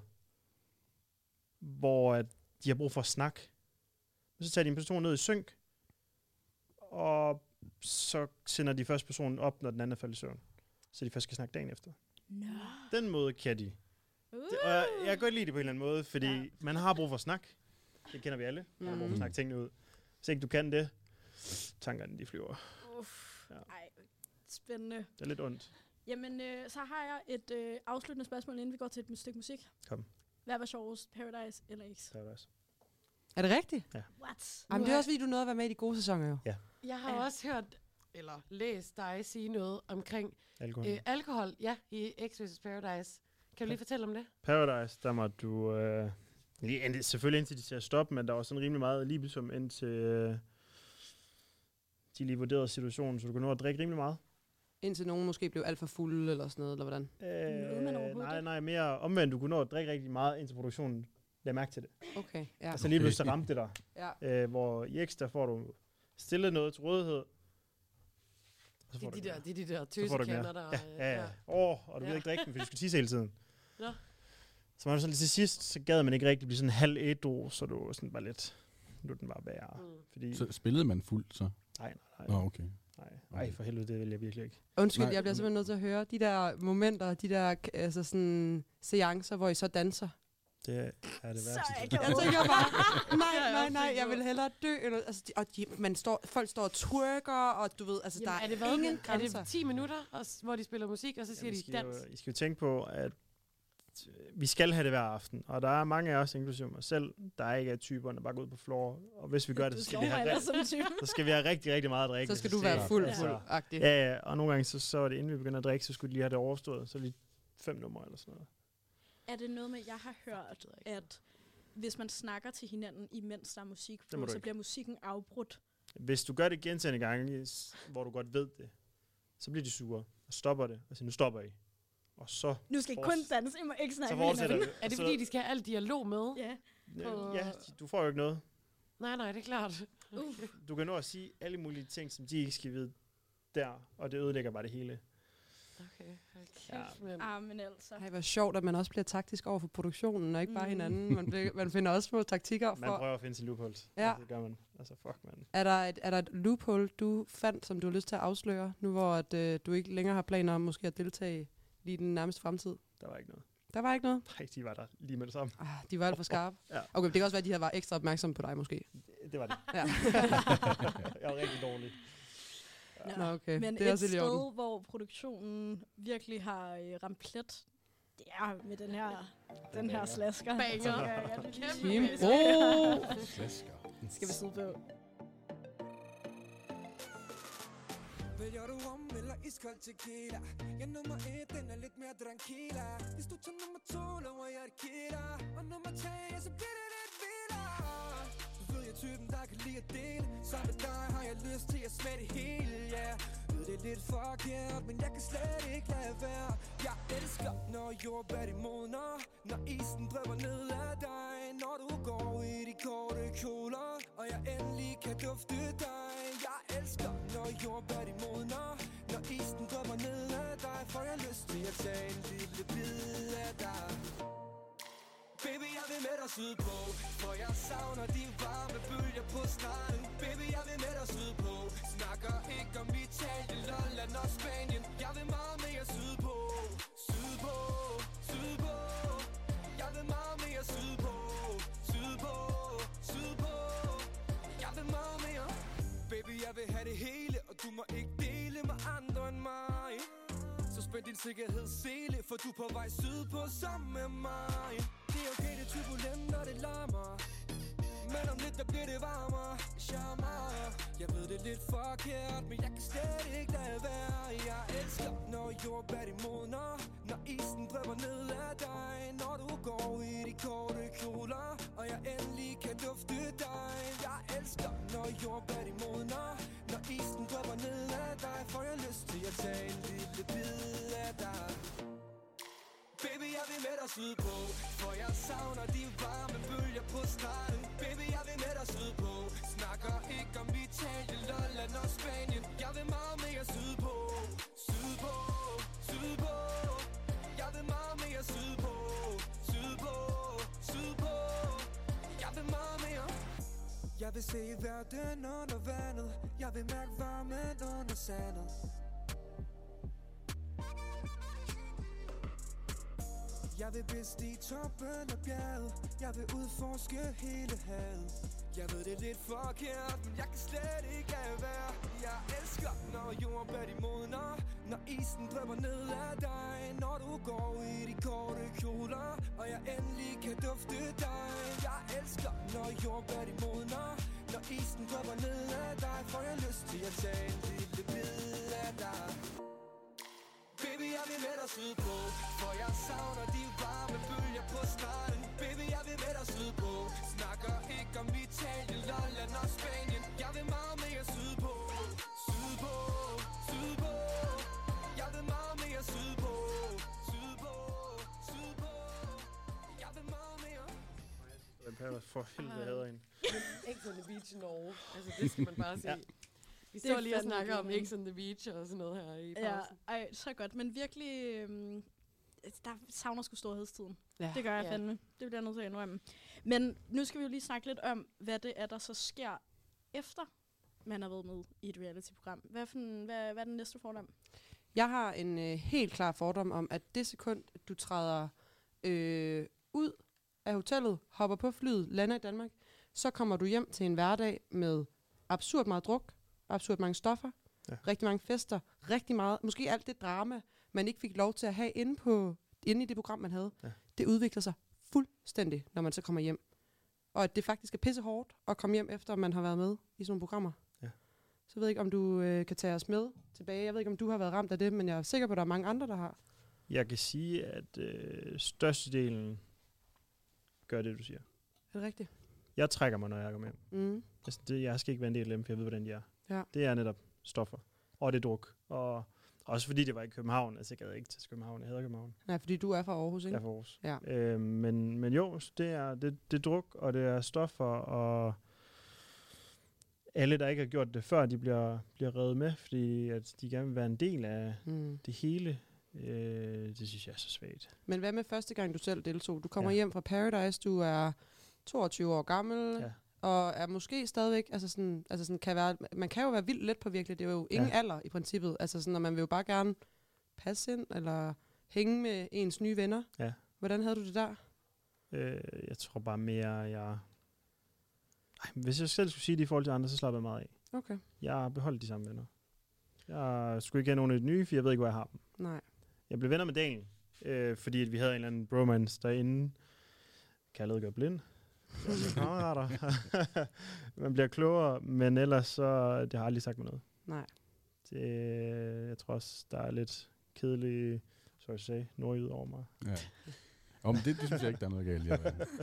hvor de har brug for at snakke. Så tager de en person ned i synk, og så sender de første personen op, når den anden er faldet i søvn. Så de først skal snakke dagen efter. No. Den måde kan de. Og jeg kan godt lide det på en eller anden måde, fordi man har brug for at snakke. Det kender vi alle. Man har brug for at snakke tingene ud. Hvis ikke du kan det, tankerne de flyver. Ej, spændende. Det er lidt ondt. Jamen, så har jeg et afsluttende spørgsmål, inden vi går til et stykke musik. Kom. Hvad var sjovest, Paradise eller X? Paradise. Er det rigtigt? What? Jamen, det er også fordi, du nåede at være med i de gode sæsoner jo. Ja. Jeg har også hørt, eller læst dig sige noget omkring Alkohol. alkohol, i X vs. Paradise. Kan du lige fortælle om det? Paradise, der må du... selvfølgelig indtil de siger stop, men der var sådan rimelig meget libesum indtil de lige vurderede situationen, så du kunne nå at drikke rimelig meget. Indtil nogen måske blev alt for fulde eller sådan noget, eller hvordan? Nåede man overhovedet Nej, mere omvendt. Du kunne nå at drikke rigtig meget, indtil produktionen lagde mærke til det. Okay, ja. Altså lige pludselig ramte det dig. Ja. Hvor i X, der får du stillet noget til rådighed. Det er de der Så får du mere. tøsekender, der... Ja. Og du vil ikke drikke den, for du skal tisse hele tiden. Nå. Så var det sådan lidt til sidst, så gad man ikke rigtig blive sådan halv ædru, så du sådan bare lidt... Nu er den bare værre. Fordi... Så spillede man fuldt, så? Nej. Okay. Nej, for helvede, det vil jeg virkelig ikke. Undskyld, Nej, jeg bliver simpelthen nødt til at høre de der momenter, de der altså sådan seancer, hvor I så danser. Det er det værste. jeg kan Jeg tænker bare, nej, jeg vil hellere dø. Eller, altså, folk står og twerker, og du ved, altså Jamen, der er ingen grænser. Er det 10 minutter, hvor de spiller musik, og så siger de dans? I skal jo tænke på, at vi skal have det hver aften, og der er mange af os, inklusive mig selv, der ikke er typerne, der bare går ud på floor, og hvis vi gør det, så skal vi have rigtig, rigtig meget at drikke. Så skal du være fuld-agtig. Ja, og nogle gange, så var det, inden vi begynder at drikke, så skulle de lige have det overstået, så lige 5 numre eller sådan noget. Er det noget med, jeg har hørt, at hvis man snakker til hinanden, imens der er musik på, så bliver musikken afbrudt? Hvis du gør det gentagne gange, hvor du godt ved det, så bliver de sure og stopper det, og siger, nu stopper I. Og så... Nu skal I kun danse, I må ikke snakke med hinanden. Er det fordi, de skal have al dialog med? Ja. Ja, du får jo ikke noget. Nej, det er klart. Du kan nå at sige alle mulige ting, som de ikke skal vide der, og det ødelægger bare det hele. Okay, kæft, men altså. Ej, hvor sjovt, at man også bliver taktisk over for produktionen, og ikke bare hinanden. Man finder også små taktikker for... Man prøver at finde sin loopholes. Ja. Altså, det gør man. Altså, fuck, man. Er der et loophole, du fandt, som du har lyst til at afsløre, nu hvor du ikke længere har planer om måske at deltage lige i den nærmeste fremtid? Der var ikke noget. Der var ikke noget? Nej, de var der lige med det samme. De var alt for skarpe? Ja. Okay, det kan også være, at de her var ekstra opmærksomme på dig måske. Det var det. Ja. Jeg var rigtig dårlig. Nå, okay. Men det er også et sted, hvor produktionen virkelig har ramt plet, det er med den her slasker. Banger. Slasker. Skal vi sidde på? Vælger du om eller iskold tequila? Ja, nummer 1, den er lidt mere tranquila. Hvis du tager nummer 2, lover jeg et killer. Og nummer 3, så bliver det lidt vildere. Du ved, jeg er typen, der kan lide at dele. Så med dig har jeg lyst til at smage det hele, yeah. Ved det er lidt forkert, men jeg kan slet ikke lade være. Jeg elsker, når jordbær de modner. Når isen drøber ned af dig. Når du går i de korte kjoler. Og jeg endelig kan dufte dig. Jeg elsker, når jordbær de modner. Når isen drøber ned af dig. Får jeg lyst til at tage en lille bid af dig. Baby, jeg vil med dig sydpå, for jeg savner de varme bølger på stranden. Baby, jeg vil med dig sydpå, snakker ikke om Italien, Lolland og Spanien. Jeg vil meget mere sydpå, sydpå, sydpå. Jeg vil meget mere sydpå, sydpå, sydpå. Jeg vil meget mere. Baby, jeg vil have det hele, og du må ikke dele med andre end mig. Så spænd din sikkerhedssele, for du er på vej sydpå sammen med mig. Det er okay, det er turbulent, og det larmer. Men om lidt, der bliver det varmere. Charmer. Jeg ved, det er lidt forkert, men jeg kan slet ikke lade være. Jeg elsker, når jordbær de modner. Når isen drøber ned af dig. Når du går i de korte kjoler. Og jeg endelig kan dufte dig. Jeg elsker, når jordbær de modner. Når isen drøber ned af dig. Får jeg lyst til at tage en lille bid af dig. Baby, jeg vil med dig sydpå, for jeg savner de varme bølger på stranden. Baby, jeg vil med dig sydpå, snakker ikke om Italien, Lolland og Spanien. Jeg vil meget mere sydpå, sydpå, sydpå. Jeg vil meget mere sydpå, sydpå, sydpå. Jeg vil meget mere. Jeg vil se verden under vandet. Jeg vil mærke varmen under sandet. Jeg vil bestige toppen af bjerget. Jeg vil udforske hele havet. Jeg ved det er lidt forkert, men jeg kan slet ikke lade være. Jeg elsker, når jorden bag de modner, når isen drøber ned ad dig, når du går i de korte kjoler, og jeg endelig kan dufte dig. Jeg elsker, når jorden bag de modner, når isen drøber ned ad dig, får jeg lyst til at tage en lille bid af dig. Baby, jeg vil med dig sydpå, for jeg savner de varme bølger på stranden. Baby, jeg vil med dig sydpå, snakker ikke om Italien, Lolland og Spanien. Jeg vil meget mere sydpå, sydpå, sydpå. Jeg vil meget mere sydpå, sydpå, sydpå. Jeg vil meget mere. For helvede hader hende. X on the Beach i Norge. Altså, det skal man bare se. Ja. Vi Det er står lige og fandme snakker om grineren. X on the Beach og sådan noget her i Ja, pausen. så godt. Men virkelig, der savner sgu storhedstiden. Ja. Det gør jeg Ja. fandme. Det bliver jeg nødt til at indrømme. Men nu skal vi jo lige snakke lidt om, hvad det er, der så sker efter man har været med i et reality-program. Hvad er den næste fordom? Jeg har en helt klar fordom om, at det sekund, du træder ud af hotellet, hopper på flyet, lander i Danmark, så kommer du hjem til en hverdag med absurd meget druk, absurd mange stoffer, rigtig mange fester, rigtig meget, måske alt det drama, man ikke fik lov til at have inde i det program, man havde. Ja. Det udvikler sig fuldstændig, når man så kommer hjem. Og at det faktisk er pisse hårdt at komme hjem, efter man har været med i sådan nogle programmer. Ja. Så jeg ved ikke, om du kan tage os med tilbage. Jeg ved ikke, om du har været ramt af det, men jeg er sikker på, at der er mange andre, der har. Jeg kan sige, at størstedelen gør det, du siger. Er det rigtigt? Jeg trækker mig, når jeg kommer hjem. Mm. Altså, jeg skal ikke være en del af dem, for jeg ved, hvordan de er. Ja. Det er netop stoffer. Og det er druk. Og også fordi det var i København. Altså, jeg gad ikke til København. Jeg hader København. Nej, fordi du er fra Aarhus, ikke? Jeg er fra Aarhus. Ja. Men jo, det er druk, og det er stoffer, og alle, der ikke har gjort det før, de bliver revet med, fordi at de gerne vil være en del af det hele. Det synes jeg er så svagt. Men hvad med første gang, du selv deltog? Du kommer Ja. hjem fra Paradise, du er 22 år gammel, Ja. og er måske stadigvæk, man kan jo være vildt let på virkelig, det er jo ingen alder i princippet, altså sådan, og man vil jo bare gerne passe ind, eller hænge med ens nye venner. Ja. Hvordan havde du det der? Jeg tror bare mere, hvis jeg selv skulle sige det i forhold til andre, så slapper jeg meget af. Okay. Jeg har beholdt de samme venner. Jeg skulle ikke have nogen af de nye, for jeg ved ikke, hvor jeg har dem. Nej. Jeg blev venner med Daniel, fordi at vi havde en eller anden bromance derinde. Kaldet gør blind. Kammerater. Man bliver klogere, men ellers så, det har aldrig sagt mig noget. Nej. Jeg tror også, der er lidt kedelig, så jeg sige, nordjyd over mig. Ja. Det synes jeg ikke, der er noget galt i.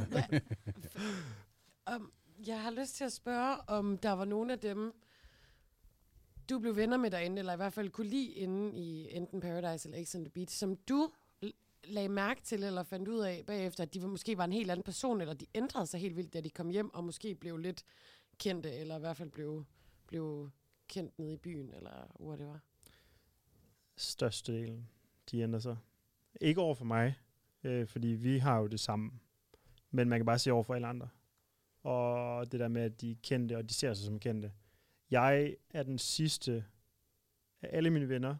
Jeg har lyst til at spørge, om der var nogen af dem, du blev venner med derinde, eller i hvert fald kunne lide inde i enten Paradise eller X on the Beach, som du lagde mærke til, eller fandt ud af bagefter, at de måske var en helt anden person, eller de ændrede sig helt vildt, da de kom hjem, og måske blev lidt kendte, eller i hvert fald blev kendt nede i byen, eller hvor det var. Størstedelen, de ændrer sig. Ikke over for mig, fordi vi har jo det samme. Men man kan bare se over for alle andre. Og det der med, at de er kendte, og de ser sig som kendte. Jeg er den sidste af alle mine venner,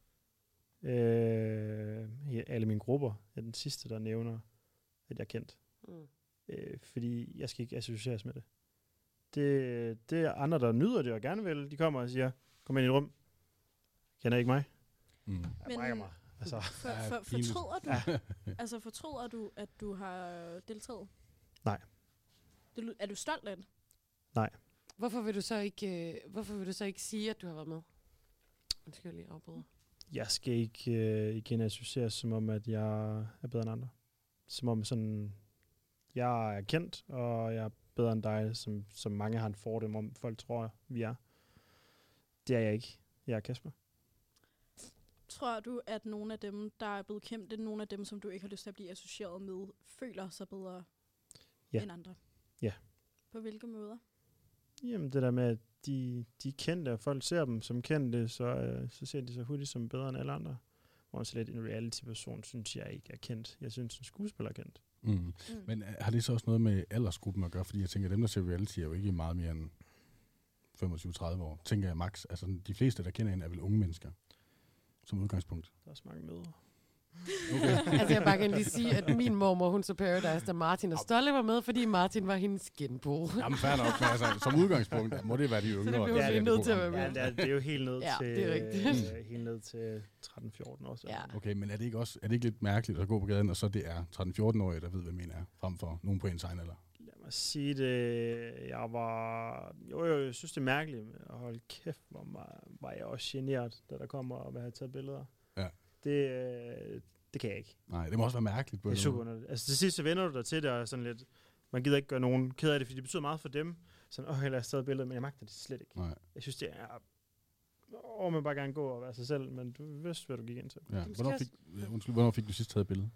alle mine grupper, er den sidste, der nævner, at jeg er kendt. Fordi jeg skal ikke associeres med det. Det er andre, der nyder det og gerne vil. De kommer og siger, kom ind i et rum. Kender I ikke mig? Men Jeg brækker mig. Altså. Fortryder du, at du har deltaget? Nej. Er du stolt af det? Nej. Hvorfor vil du så ikke sige, at du har været med? Undskyld, jeg lige afbryder. Jeg skal ikke igen associeres som om, at jeg er bedre end andre. Som om sådan, jeg er kendt, og jeg er bedre end dig, som mange har en fordom om, folk tror, vi er. Det er jeg ikke. Jeg er Kasper. Tror du, at nogle af dem, der er blevet kendt, det er nogle af dem, som du ikke har lyst til at blive associeret med, føler sig bedre end andre? Ja. På hvilke måder? Jamen det der med, at de er kendte, og folk ser dem som kendte, så ser de sig hurtigt som bedre end alle andre. Hvor så lidt en reality-person, synes jeg ikke er kendt. Jeg synes, en skuespiller er kendt. Men har det så også noget med aldersgruppen at gøre? Fordi jeg tænker, at dem, der ser reality, er jo ikke meget mere end 25-30 år. Tænker jeg max. Altså de fleste, der kender hende, er vel unge mennesker. Som udgangspunkt. Der er også mange mødre. Okay. Altså, jeg bare kan lige sige, at min mormor, hun så Paradise, da Martin og Stolle var med, fordi Martin var hendes genbo. Jamen, fair nok, men altså, som udgangspunkt må det være de yngre. det bliver der vi ser nødt til at være program. med. Ja, det er jo helt ned Ja, til, det er rigtigt. helt ned til 13-14 år. Så. Ja. Okay, men er det ikke lidt mærkeligt at gå på gaden, og så det er 13-14-årige, der ved, hvad man er, frem for nogen på ens egen alder? Lad mig sige det. Jeg synes, det er mærkeligt. Og hold kæft, hvor var jeg også generet, da der kommer og vil have taget billeder. Ja. Det kan jeg ikke. Nej, det må også være mærkeligt. På Det er super underligt. Altså til sidst så vender du dig til det, og sådan lidt, man gider ikke gøre nogen ked af det, fordi det betyder meget for dem. Sådan, lad os tage et billede, men jeg magter det slet ikke. Nej. Jeg synes, det er... man bare gerne gå og være sig selv, men du vidste, hvad du gik ind til. Ja. Hvornår fik du sidst taget et billede?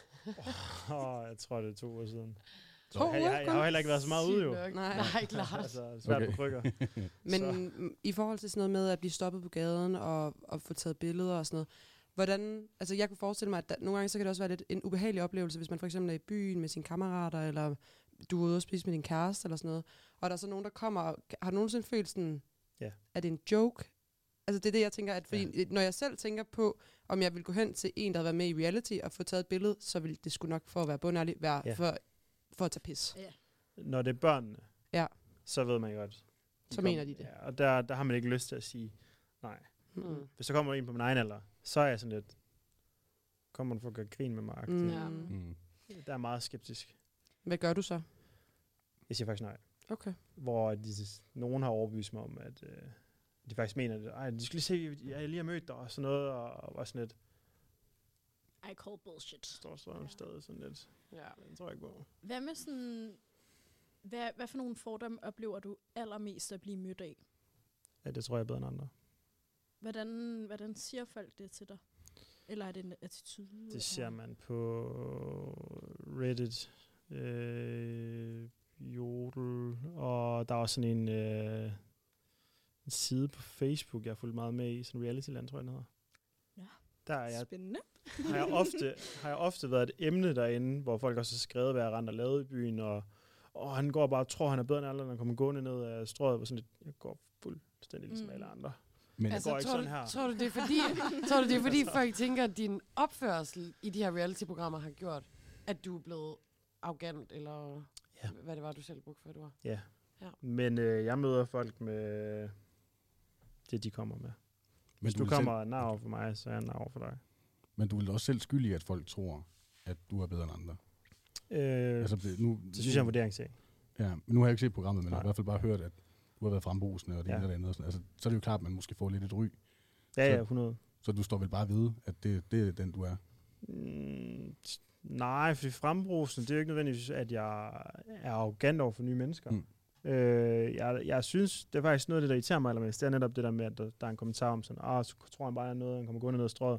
Jeg tror, det er 2 år siden. To Jeg har jo heller ikke været så meget ude, jo. Nej, klart. Altså, svært Okay. på krykker. Men i forhold til sådan noget med at blive stoppet på gaden og få taget billeder og sådan noget, hvordan, altså jeg kunne forestille mig, at nogle gange så kan det også være lidt en ubehagelig oplevelse, hvis man for eksempel er i byen med sine kammerater, eller du er ude og spise med din kæreste eller sådan noget, og der er så nogen, der kommer, har du nogensinde følt sådan, er det en joke? Altså det er det, jeg tænker, at fordi, når jeg selv tænker på, om jeg vil gå hen til en, der har været med i reality, og få taget et billede, så vil det sgu nok, for at være bundærlig, være for at tage pis. Ja. Når det er børnene, Ja. så ved man godt. Så mener de det. Ja, og der har man ikke lyst til at sige nej. Mm. Hvis der kommer en på min egen alder, så er jeg sådan lidt, kommer man for at gøre grin med mig? Ja. Der er meget skeptisk. Hvad gør du så? Jeg siger faktisk nej. Okay. Hvor nogen har overbevist mig om, at de faktisk mener det. Ej, de skal lige se, jeg lige har mødt dig og sådan noget, og var sådan lidt, I call bullshit. står stadig sådan lidt. Ja. Det tror jeg ikke på. Hvad med sådan... Hvad for nogle fordomme oplever du allermest at blive mødt af? Ja, det tror jeg er bedre end andre. Hvordan siger folk det til dig? Eller er det en attitude? Det ser man på Reddit, Jodel, og der er også sådan en side på Facebook, jeg har fulgt meget med i, sådan Realityland, tror jeg, den hedder. Ja. Der er jeg, Spændende. har jeg ofte været et emne derinde, hvor folk også har skrevet, hvad jeg rent og lavet i byen, og han går bare og tror, han er bedre end alle, når han kommer gående ned af strøget, og sådan lidt, jeg går fuldstændig ligesom alle andre. Men Altså, går ikke sådan her. Tror du, det er fordi folk tænker, at din opførsel i de her reality-programmer har gjort, at du er blevet arrogant, eller hvad det var, du selv brugte for, det var? Ja. Ja. Men jeg møder folk med det, de kommer med. Hvis du kommer nær over for mig, så er jeg nær over for dig. Men du vil også selv skyldig, at folk tror, at du er bedre end andre. Altså, Det synes jeg er en vurderingssag. Ja, men nu har jeg ikke set programmet, men jeg Nej. har i hvert fald bare hørt, at du har været frembrusende, og det ene og det andet. Og sådan. Altså, så er det jo klart, at man måske får lidt et ry. Ja, 100. Så du står vel bare ved, at det er den, du er? Nej, fordi frembrusende, det er jo ikke nødvendigvis, at jeg er arrogant over for nye mennesker. Jeg synes, det er faktisk noget af det, der irriterer mig allermest. Det er netop det der med, at der er en kommentar om sådan, så tror han bare, at noget, han kommer gående ned ad strøget.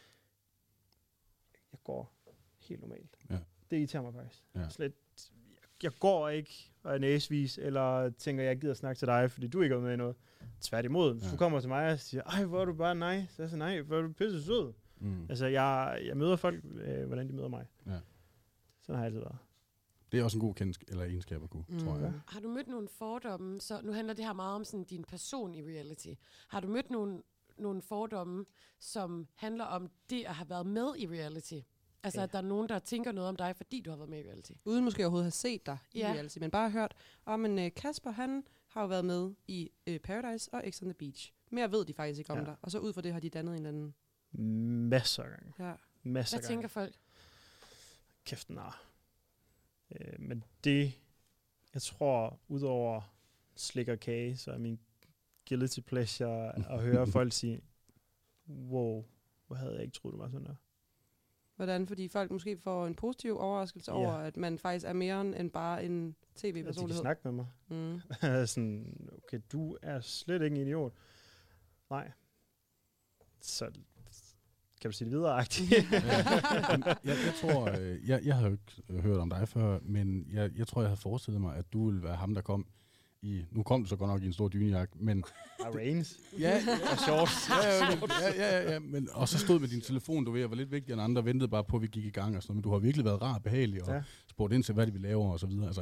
Jeg går helt normalt. Ja. Det irriterer mig faktisk. Ja. Slet, jeg går ikke og er næsvis, eller tænker, jeg gider snakke til dig, fordi du ikke er med i noget. Tværtimod, hvis du kommer til mig og siger, ej, hvor er du bare nice. Så er jeg nej, hvor er du pisse sød. Altså, jeg møder folk, hvordan de møder mig. Ja. Sådan har jeg altid været. Det er også en god egenskab at kunne, tror jeg. Har du mødt nogle fordomme, så nu handler det her meget om sådan din person i reality. Har du mødt nogle fordomme, som handler om det at have været med i reality? Altså, at der er nogen, der tænker noget om dig, fordi du har været med i reality? Uden måske overhovedet have set dig i reality, men bare hørt men Kasper, han har jo været med i Paradise og X on the Beach. Mere ved de faktisk ikke om dig, og så ud fra det har de dannet en eller anden... Masser af gange. Ja. Masser af Hvad gange. tænker folk? Kæft, men det, jeg tror, udover slik og kage, så er min guilty pleasure at høre folk sige, wow, hvor havde jeg ikke troet, det var sådan der. Hvordan? Fordi folk måske får en positiv overraskelse over, at man faktisk er mere end bare en tv-personlighed. De kan snakke med mig. Sådan, okay, du er slet ikke en idiot. Nej. Så kan du sige det videre, jeg tror, jeg har jo ikke hørt om dig før, men jeg tror, jeg havde forestillet mig, at du ville være ham, der kom i... Nu kom du så godt nok i en stor dynejakke, men... Rains. Ja, og shorts. Ja, men, og så stod med din telefon, du ved, jeg var lidt vigtigere end andre, ventede bare på, at vi gik i gang og sådan noget, men du har virkelig været rar og behagelig, og spurgt ind til, hvad de vil lave og så videre. Altså,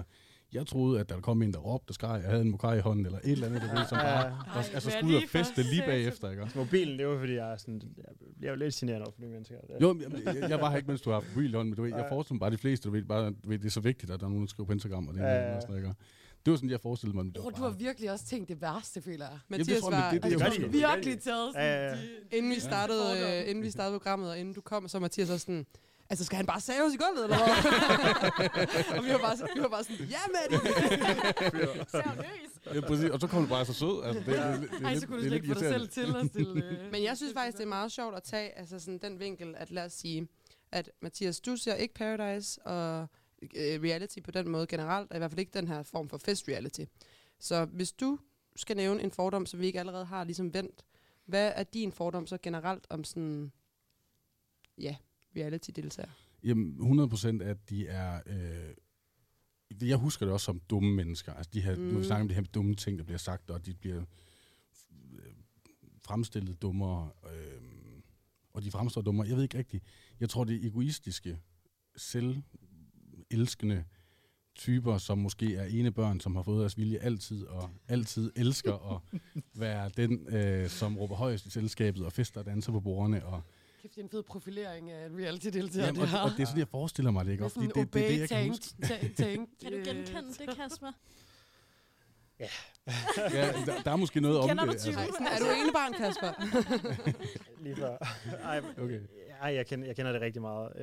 Jeg troede, at der kom en, der råbte og skreg, jeg havde en mokai i hånden, eller et eller andet, der som bare skulle ud og feste lige bagefter, ikke? Mobilen, det var fordi, jeg er jo lidt generet over for de mennesker. Jo, jeg var her ikke, mens du har haft mobil i hånden, men du ved, jeg forestiller mig bare de fleste, du ved, det er så vigtigt, at der er nogen, der skriver på Instagram, og det er sådan, ikke? Det var sådan, jeg forestillede mig. Du har virkelig også tænkt det værste, føler jeg. Mathias var virkelig taget sådan inden vi startede programmet, og inden du kom, så Mathias også sådan, altså skal han bare save os i gulvet, eller hvad? Og vi var bare sådan, ja, Matti! Seriøst. Ja, præcis. Og så kom du bare så sød. Altså, så kunne du slet ikke få dig selv til at stille... Men jeg synes faktisk, det er meget sjovt at tage altså sådan den vinkel, at lad os sige, at Mathias, du ser ikke Paradise og reality på den måde generelt, og i hvert fald ikke den her form for fest-reality. Så hvis du skal nævne en fordom, som vi ikke allerede har ligesom vendt, hvad er din fordom så generelt om sådan, ja, reality-deltager? Jamen, 100% at de er... jeg husker det også som dumme mennesker. Altså, de her, nu vi snakker om de her dumme ting, der bliver sagt, og de bliver fremstillet dummere, og de fremstår dummere. Jeg ved ikke rigtigt. Jeg tror, det er egoistiske, selvelskende typer, som måske er ene børn, som har fået deres vilje altid, og altid elsker at være den, som råber højst i selskabet, og fester og danser på bordene, og kæft, det er en fed profilering af en reality-deltager. Jamen, og det er sådan, jeg forestiller mig det, ikke? Fordi det er det, jeg kan huske. Kan du genkende det, Kasper? Ja. Ja, der er måske noget om det. Kender du typen? Er du ene barn, Kasper? Lige før. Okay. Jeg kender det rigtig meget.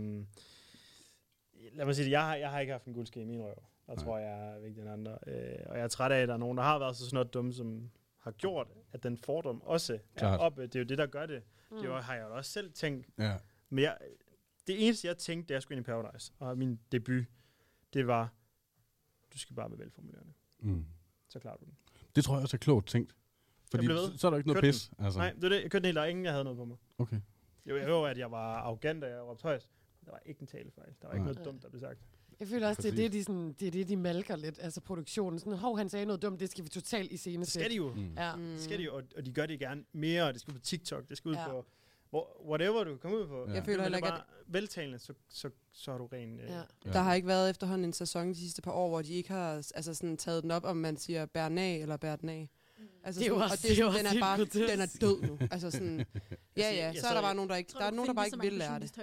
Lad mig sige det, jeg har ikke haft en guldske i min røv. Der tror jeg er vigtigere end andre. Og jeg er træt af, at der er nogen, der har været så snot dumme, som har gjort, at den fordom også er oppe. Det er jo det, der gør det. Det har jeg jo også selv tænkt. Ja. Men det eneste, jeg tænkte, da jeg skulle ind i Paradise, og min debut, det var, du skal bare være velformulerende. Så klarer du den. Det tror jeg også er klogt tænkt. Fordi så er der ikke noget pis. Altså. Nej, det er det. Jeg kørte den helt, der er ingen, jeg havde noget på mig. Okay. Jo, at jeg var arrogant, da jeg råbte højst. Der var ikke en talefejl. Der var ikke noget dumt, der blev sagt. Jeg føler også, det er det, de malker lidt, altså produktionen. Sådan, han sagde noget dumt, det skal vi totalt i scene. Det skal de jo. Det skal de jo, og de gør det gerne mere. Det skal ud på TikTok, det skal ud på whatever du kommer ud på. Jeg føler heller ikke, at veltalende, så er du ren. Der har ikke været efterhånden en sæson de sidste par år, hvor de ikke har altså sådan, taget den op, om man siger Bernay eller Bernay. Altså det er sådan, også, og den er bare den er død nu. Altså sådan, så er der bare nogen, der ikke, der er nogen, der bare ikke vil lære det.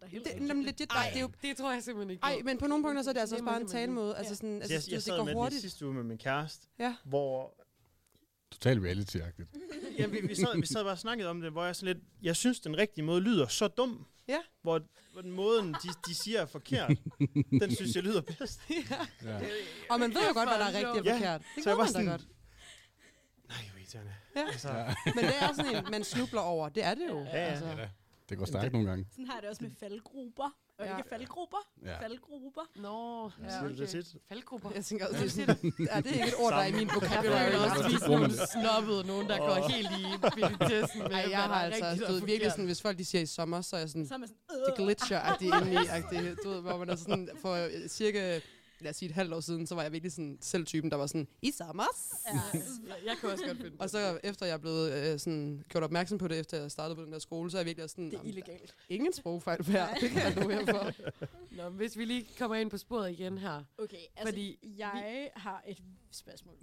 Det tror jeg simpelthen ikke. Nej, men på nogle punkter så er det altså også bare en talemåde. Altså sådan, jeg sad med den sidste uge med min kæreste, hvor totalt reality-agtigt. Ja, vi sad bare og snakkede om det, hvor jeg sådan lidt, jeg synes den rigtige måde lyder så dum. Ja. Hvor den måden, de siger er forkert, den synes jeg lyder bedst. Ja. Og man ved jo godt, hvad der er rigtigt og forkert. Det så man da godt. Nej, jo irriterende. Ja. Altså. Men det er sådan en, man snubler over. Det er det jo. Ja. Altså. Ja, det går stærkt nogle gange. Sådan har det også med faldgrupper. Og ikke faldgrupper. Ja. Faldgrupper. Nå, faldgrupper. Jeg tænker også, det er ikke et ord, der er i min vocabulary. Jeg føler også, at vi er snobbet nogen, der går helt i bilitessen. Ej, jeg har altså stået virkelig sådan, hvis folk de siger i sommer, så er jeg sådan, det glitcher-agtigt indeni. Du ved, hvor man er sådan, for cirka, lad os sige et halvt år siden, så var jeg virkelig sådan selv typen, der var sådan, i sommer. Ja, jeg kan også godt finde og så efter jeg er blevet sådan, gjort opmærksom på det, efter jeg startede på den der skole, så er jeg virkelig sådan, det er illegalt. Ingen sprogfejl her, det kan jeg nu herfor. Nå, hvis vi lige kommer ind på sporet igen her. Okay, altså fordi jeg har et spørgsmål.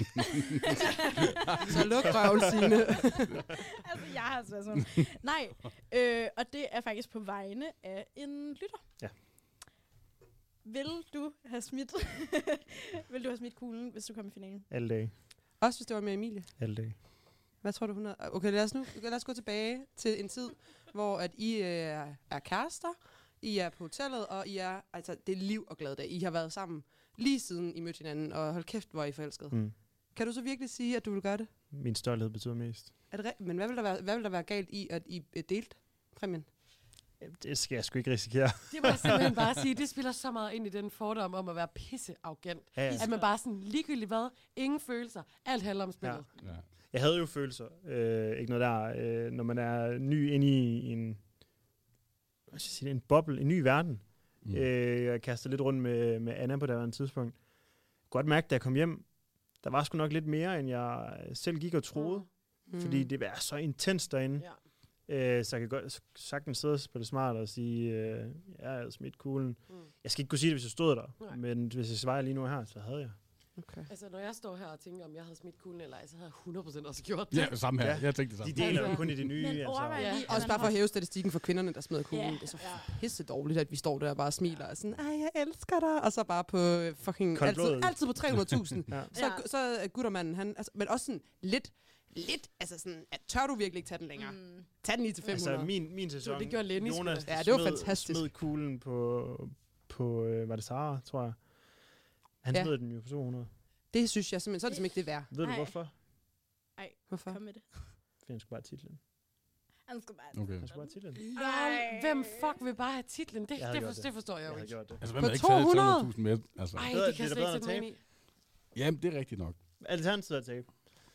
Så luk røvel, Signe. Altså, jeg har et spørgsmål. Nej, og det er faktisk på vegne af en lytter. Ja. Vil du have smidt kuglen, hvis du kom i finalen? Alle dage. Også hvis det var med Emilie? Alle dage. Hvad tror du, hun er? Okay, lad os gå tilbage til en tid, hvor at I er kærester, I er på hotellet, og I er, altså det er liv og glad dag. I har været sammen lige siden I mødte hinanden, og hold kæft, hvor I forelskede. Kan du så virkelig sige, at du vil gøre det? Min stolthed betyder mest. Men hvad vil der være galt i, at I delte præmien? Det skal jeg sgu ikke risikere. Det må jeg simpelthen bare sige. Det spiller så meget ind i den fordom om at være pissearrogant. Ja. At man bare sådan ligegyldigt hvad, ingen følelser, alt handler om spillet. Ja. Jeg havde jo følelser, ikke noget der, når man er ny inde i en boble, en ny verden. Jeg kastede lidt rundt med Anna på det tidspunkt. Godt mærke, da jeg kom hjem, der var sgu nok lidt mere, end jeg selv gik og troede. Fordi det var så intens derinde. Så jeg kan godt sagtens sidde og spille smart og sige, jeg havde smidt kuglen. Jeg skal ikke kunne sige det, hvis jeg stod der. Nej. Men hvis jeg svarer lige nu her, så havde jeg. Okay. Altså, når jeg står her og tænker, om jeg havde smidt kuglen eller ej, så havde jeg 100% også gjort det. Ja, samme her. Ja. Jeg tænkte det De samme. deler jo Altså, kun i de nye. Men overvej Ja. lige, at Også man bare for at har- hæve statistikken for kvinderne, der smider kuglen. Ja, Det er så ja. pisse dårligt, at vi står der og bare smiler og sådan, ej, jeg elsker dig. Og så bare på fucking Koldt blodet. altid på 300.000. Ja. Så er guttermanden, han, altså, men også sådan lidt, altså sådan, at tør du virkelig ikke tage den længere? Tag den lige til 500. Altså min sæson, det gjorde Lenny sgu Jonas da. Ja, det var fantastisk. smed kuglen på var det Sara, tror jeg. Han Ja. smed den jo på 200. Det synes jeg simpelthen, så er det simpelthen ikke det værd. Ved du Ej. hvorfor? Hvorfor? Kom med det. For han skulle bare have titlen. Han skal bare... Okay. Han skulle bare have titlen. Ej, hvem fuck vil bare have titlen? Jeg havde gjort Det forstår jeg Jeg jo havde ikke. gjort det. Altså, hvem På har ikke taget 200? 200.000 med? Altså. Ej, Bedre- det kan jeg det slet er ikke bedre sætte at mig ind i. Jamen, det er rigtigt nok. Alternativet er tabe.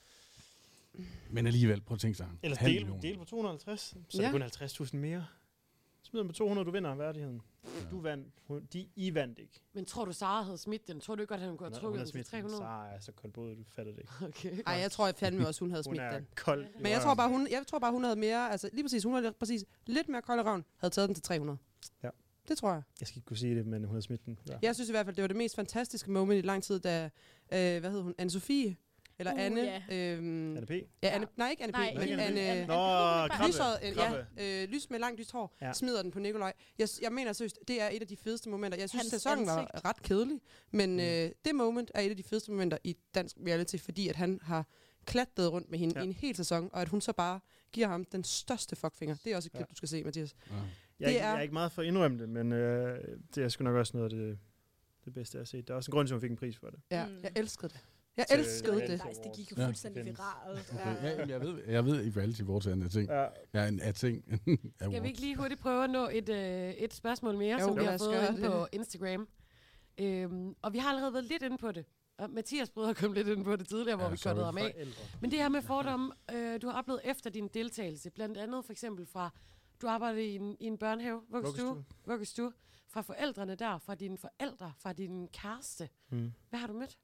Men alligevel, prøv at tænke sig. Ellers Halv dele million. på 250, så er Ja. det kun 50.000 mere. Smid dem på 200, du vinder værdigheden. Du vandt. I vandt ikke. Men tror du, Sara havde smidt den? Tror du ikke godt, at hun kunne have trukket den til 300? Sara er så kold både, du fatter det ikke. Okay. Ej, jeg tror fandme også, hun havde Hun smidt er den. kold. Men jeg tror bare, hun havde mere, altså lige præcis, hun havde præcis lidt mere kold i røven, havde taget den til 300. Ja. Det tror jeg. Jeg skal ikke kunne sige det, men hun har smidt den. Ja. Jeg synes i hvert fald, det var det mest fantastiske moment i lang tid, da, hvad hed hun, Anne-Sophie? Eller Anne? ja. Er det P? Ja, Anne, nej, ikke Anne P. Nej, men ikke Anne P. Anne, Nå, Krabbe. lyshåret, Krabbe. lys med langt lyst hår, Ja. smider den på Nikolaj. Jeg mener seriøst, det er et af de fedeste momenter. Jeg synes, Hans sæsonen var ansigt. ret kedelig, men det moment er et af de fedeste momenter i dansk reality, fordi at han har klatret rundt med hende i en hel sæson, og at hun så bare giver ham den største fuckfinger. Det er også et klip, du skal se, Mathias. Ja. Jeg er ikke meget for at indrømme det, men det er sgu nok også noget af det bedste, jeg har set. Der er også en grund til, at hun fik en pris for det. Ja, Mm. jeg elskede det. Jeg Så, elskede det. Faktisk, det gik jo Ja. fuldstændig viralt. Okay. Ja, jamen, jeg ved i reality, hvor til en ting. Ja. Ja, en af ting. Skal vi ikke lige hurtigt prøve at nå et spørgsmål mere, Jo, som vi lad har os fået gøre inde det. på Instagram? Og vi har allerede været lidt inde på det. Og Mathias prøvede at komme lidt ind på det tidligere, hvor vi sorry. kottede ham af. Men det her med fordomme, du har oplevet efter din deltagelse, blandt andet for eksempel fra, du arbejdede i en børnehave, vuggestue, fra forældrene der, fra dine forældre, fra din kæreste. Hvad har du mødt?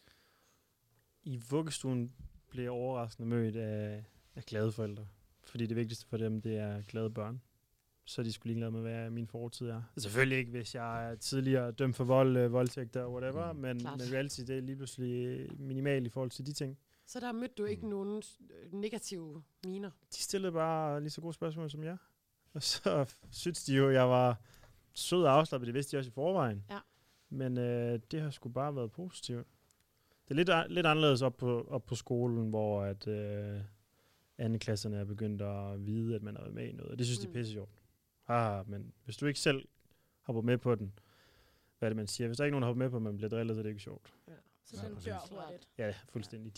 I vuggestuen blev jeg overraskende mødt af glade forældre. Fordi det vigtigste for dem, det er glade børn. Så de skulle ligeglade med, hvad min fortid er. Selvfølgelig ikke, hvis jeg er tidligere dømt for vold, voldtægter og whatever, men reality, det er lige pludselig minimalt i forhold til de ting. Så der mødte du ikke nogen negative miner? De stillede bare lige så gode spørgsmål som jeg. Og så synes de jo, jeg var sød og afslappet. Det vidste de også i forvejen. Ja. Men det har sgu bare været positivt. Det er lidt anderledes op på skolen, hvor at andenklasserne er begyndt at vide, at man har været med i noget. Og det synes de er pisse sjovt. Men hvis du ikke selv hopper med på den, hvad er det, man siger? Hvis der er ikke nogen, der hopper med på, at man bliver drillet, så er det ikke sjovt. Ja. Så den dør hurtigt. Ja, fuldstændig.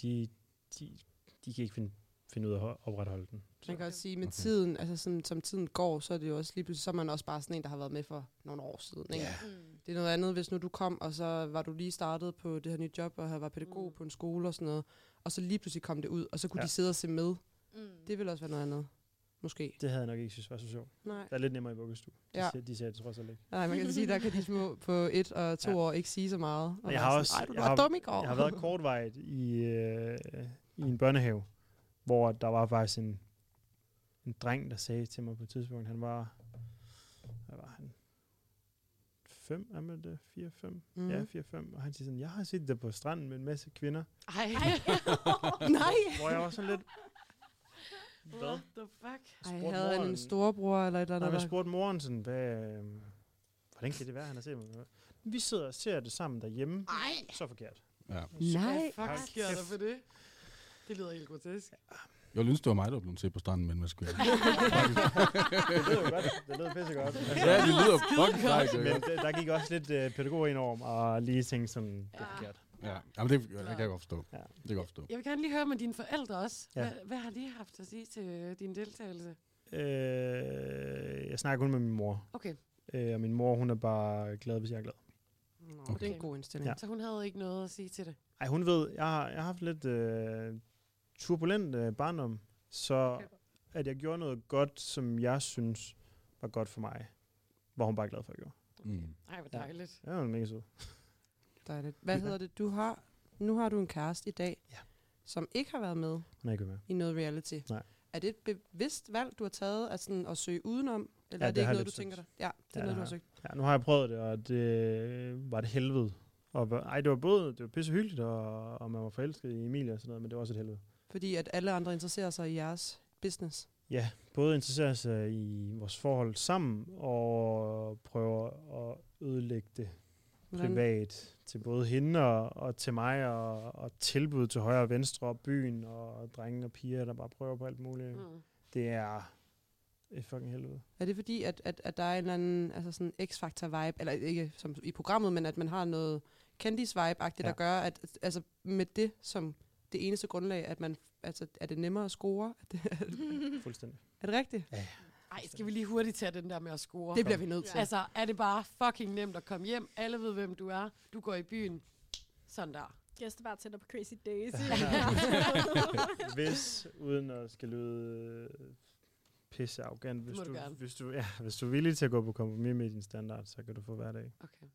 De kan ikke finde ud af at opretholde den. Man kan også sige, med tiden, altså sådan, som tiden går, så er det jo også lige pludselig, så er man også bare sådan en, der har været med for nogle år siden. Ikke? Det er noget andet, hvis nu du kom, og så var du lige startet på det her nye job, og var pædagog på en skole og sådan noget, og så lige pludselig kom det ud, og så kunne de sidde og se med. Det vil også være noget andet. Måske. Det havde jeg nok ikke synes var så sjovt. Nej. Det er lidt nemmere i vuggestue. Ja. De sagde det trods alt ikke. Nej, man kan sige, der kan de små på 1 og 2 år ikke sige så meget. Og Jeg være har sådan, også, du var dum i går. Jeg har været kortvarigt i en børnehave, hvor der var faktisk en dreng, der sagde til mig på et tidspunkt, han var, hvad var han? 5, er man det? 4-5? Ja, 4-5. Og han siger sådan, jeg har set det på stranden med en masse kvinder. Ej. Nej. Hvor jeg var sådan lidt, hvad? What the fuck? Ej, havde han en storebror eller et eller andet? Jeg spurgte moren sådan, hvordan kan det være, han har set mig? Vi sidder og ser det sammen derhjemme. Så forkert. Ja. Nej. Hvad fuck sker der for det? Det lyder helt grotesk. Jeg ville ønske, det var mig, der blev set på stranden med en masse kvinder. Det lyder jo godt. Det lyder pissegodt. Altså, Ja, det lyder fucking sejt. men der gik også lidt pædagog ind over mig, og lige tænkte sådan, det er forkert. Ja, jamen det kan jeg godt forstå. Ja. Det kan jeg godt forstå. Jeg vil gerne lige høre med dine forældre også. Ja. Hvad har de haft at sige til din deltagelse? Jeg snakker kun med min mor. Okay. Og min mor, hun er bare glad, hvis jeg er glad. Det er en god indstilling. Ja. Så hun havde ikke noget at sige til det? Ej, hun ved, jeg har haft lidt turbulent barndom, så at jeg gjorde noget godt, som jeg synes var godt for mig, var hun bare glad for, at jeg gjorde. Ej, hvor dejligt. Ja, det var mega sød. Dejligt. Hvad hedder det? Nu har du en kæreste i dag, som ikke har været med Hun er ikke med. i noget reality. Nej. Er det et bevidst valg, du har taget at søge udenom? Eller Ja, er det det ikke har noget, jeg du lidt tænker dig? søgt. Ja, det er noget, du har søgt. Ja, nu har jeg prøvet det, og det var et helvede. Og, det var både, det var pisse hyggeligt, og man var forelsket i Emilie og sådan noget, men det var også et helvede. Fordi at alle andre interesserer sig i jeres business. Ja, både interesserer sig i vores forhold sammen, og prøver at ødelægge det privat til både hende og til mig, og tilbud til højre og venstre og byen, og drenge og piger, der bare prøver på alt muligt. Det er et fucking helvede. Er det fordi, at der er en eller anden altså sådan X-Factor-vibe, eller ikke som i programmet, men at man har noget Candice-vibe-agtigt, der gør, at altså med det som det eneste grundlag, at man, altså er det nemmere at score? Fuldstændig. Er det rigtigt? Ja. Ej, skal vi lige hurtigt tage den der med at score? Det bliver vi nødt til. Altså, er det bare fucking nemt at komme hjem? Alle ved, hvem du er. Du går i byen. Sådan der. Gæstebartender på Crazy Daisy. Hvis, uden at skal lyde pisse arrogant, hvis må du du, gerne. hvis du er villig til at gå på kompromis med din standard, så kan du få hver dag. Okay.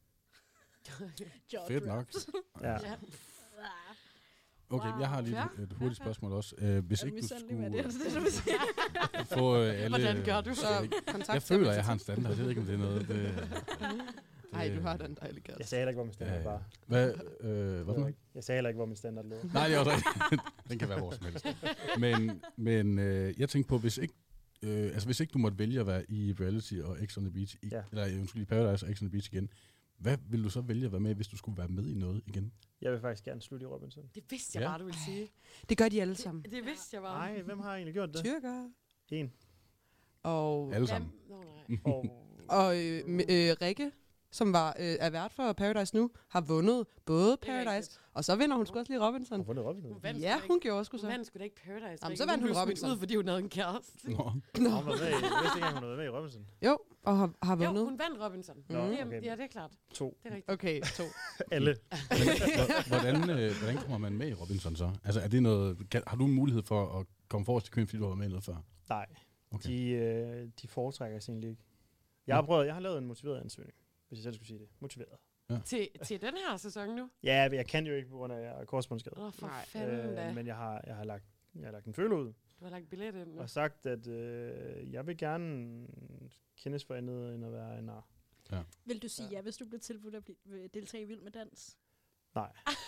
Jaw Fedt nok. drops. Ja. Ja. Okay, jeg har lige Ja. et hurtigt spørgsmål også. Hvis Er du ikke du misundelig med skulle det? Det er det, du siger. få alle... Hvordan gør du? Så kontakt Jeg føler, jeg har en standard. Jeg ved ikke, om det er noget. Nej, du har da en dejlig kæreste. Jeg sagde heller ikke, hvor min standard Ja, ja. var. Hvad for noget? Jeg sagde heller ikke, hvor min standard lå. Nej, det er også rigtigt. Den kan være hvor som helst. Men jeg tænkte på, hvis ikke du måtte vælge at være i reality og X on the Beach, eller undskyld, i Paradise og X on the Beach igen, hvad vil du så vælge at være med, hvis du skulle være med i noget igen? Jeg vil faktisk gerne slutte i Robinson. Det vidste jeg bare, du ville sige. Det gør de alle sammen. Det vidste jeg bare. Nej, hvem har egentlig gjort det? Tyrker. En. Og, Alle sammen. Nå, nej. Og Rikke, som er vært for Paradise nu, har vundet både Det er Paradise, rigtigt. og så vinder hun sgu også lige Robinson. har vundet Robinson. Hun vandt Ja, sgu da hun ikke. gjorde sgu så. Hun vandt sgu da ikke Paradise. Jamen, Rikke. så vandt hun blev smidt Robinson. ud, fordi hun havde en kæreste. Nå. Hun var med, jeg vidste ikke, at hun havde været med i Robinson. Jo, og har Jo, vundet. hun vandt Robinson. Nå, okay. Ja, det er klart. 2. Det er rigtigt. Okay, 2. Alle. Hvordan kommer man med i Robinson så? Altså, er det noget, har du en mulighed for at komme forrest til køen, fordi du har været med i noget før? Nej, Okay. de foretrækker sig egentlig ikke. Jeg har lavet en motiveret ansøgning, hvis jeg selv skulle sige det. Motiveret. Til den her sæson nu? Ja, jeg kan jo ikke på grund af korsbåndsskade. Åh, for fanden da. Men jeg har lagt en følge ud, Du har lagt billet ind nu. og sagt, at jeg vil gerne kendes for andet, end at være en nar. Vil du sige ja, hvis du blev tilbudt at deltage i Vild med Dans? Nej.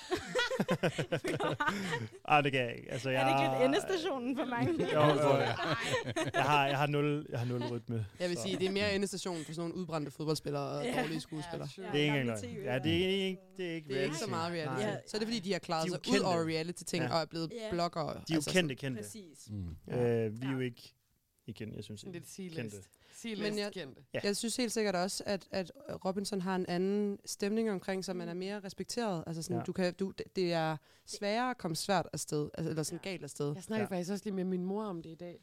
Det kan jeg ikke. Altså, Er det ikke lidt endestationen for mange? Jeg har nul rytme. Jeg vil sige, det er mere endestation for sådan nogle udbrændte fodboldspillere og dårlige skuespillere. Ja, Det er ikke gamle engang TV. løgn. Ja, det er ikke Det er ikke så meget reality. Nej. Så er det fordi, de har klaret De er sig jo ud kendte. over reality-ting Ja. og er blevet Ja. bloggere. De er jo kendte. Præcis. Mm. Vi er jo ikke, igen, jeg synes Sådan ikke, lidt kendte. C-list. C-list jeg- kendte. Ja. Jeg synes helt sikkert også, at Robinson har en anden stemning omkring, så man er mere respekteret. Altså sådan, det er sværere at komme svært afsted, altså, eller sådan galt afsted. Jeg snakkede Ja. faktisk også lige med min mor om det i dag.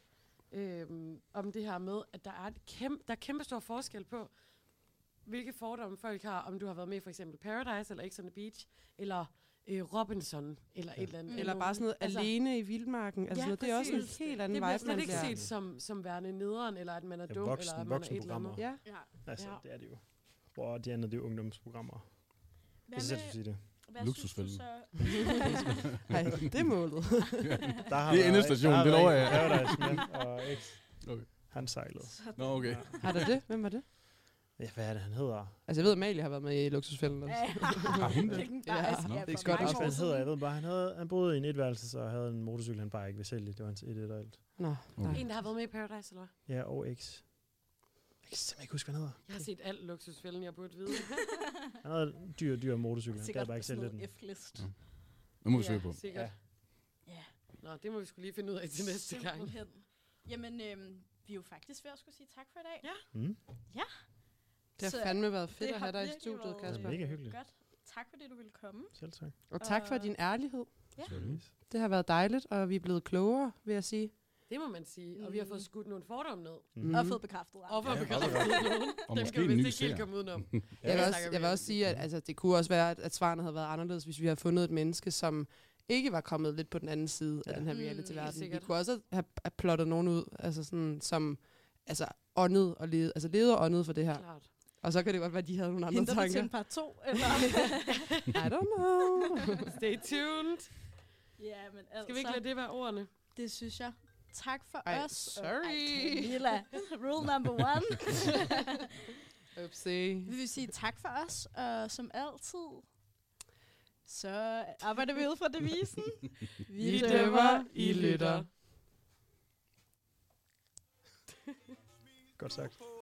Om det her med, at der er kæmpe stor forskel på, hvilke fordomme folk har, om du har været med i for eksempel Paradise, eller X on the Beach, eller Robinson, eller et eller andet. Eller bare sådan noget alene i vildmarken. Altså, Ja, noget, det er også præcis. en helt anden Det bliver vibe, slet man ikke bliver. set som værende nederen, eller at man er Ja, dum, eller at man er et eller andet. voksenprogrammer. Ja. Ja. Altså, Ja. det er det jo. Hvor de andre, det er ungdomsprogrammer. Hvad Hvis jeg selv skulle sige det. hvad Luksusfælden. synes du så? Nej, det er målet. Der har Det er været- endestation, der har det lover været jeg. Paradise med og X. Okay. Han sejlede. Nå, okay. Ja. Har der det? Hvem var det? Ja, hvad er det, han hedder? Altså, jeg ved, Amalie har været med i Luksusfælden også. Har hun det? Ja, det er ikke godt Jeg afsnit. han hedder, jeg ved bare, han boede i en etværelse, og havde en motorcykel, han bare ikke vil sælge. Det var hans et og alt. Nå, Okay. En, der har været med i Paradise, eller hvad? Ja, og X. Jeg kan simpelthen ikke huske, hvad han hedder. Jeg har set alt luksusfælden, jeg burde vide. Han havde en dyr motorcykel. Han gad Sikkert bare ikke sådan sælge den. noget F-list. Mm. Nu må vi søge på. Sikkert. Ja. Nå, det må vi skulle lige finde ud af til næste gang. Simpelthen. Jamen, vi er jo faktisk ved at skulle sige tak for i dag. Ja. Mm. det Så har fandme været fedt det at har have dig i virkelig studiet, været- Det er Kasper. mega hyggeligt. Godt. Tak fordi du ville komme. Selv tak. Og tak for din ærlighed. Ja. Naturligvis. Det har været dejligt, og vi er blevet klogere, vil jeg sige. Det må man sige. Og vi har fået skudt nogle fordomme ned. Mm. Og fået bekræftet. Og for Ja, bekræftet nogen. Og Dem måske kan vi en ny vist ikke helt seer. komme udenom. Jeg Ja, vil, det også, snakker vi jeg vil om. også sige, at altså, det kunne også være, at svarene havde været anderledes, hvis vi havde fundet et menneske, som ikke var kommet lidt på den anden side af Ja. den her helt reality-verden. Vi sikkert. kunne også have plottet nogen ud, altså sådan, som åndet og levede, altså levede og åndet for det her. Klart. Og så kan det godt være, at de havde nogle andre Henter du til tanker. en par 2, eller? I don't know. Stay tuned. Ja, men altså, Skal vi ikke lade det være ordene? det synes jeg. tak for Ej, os. sorry. Ej, Camilla. Rule number 1. Upsi. Vi vil sige tak for os, og som altid, så arbejder vi ud fra devisen. Vi dømmer, I lytter. Godt sagt.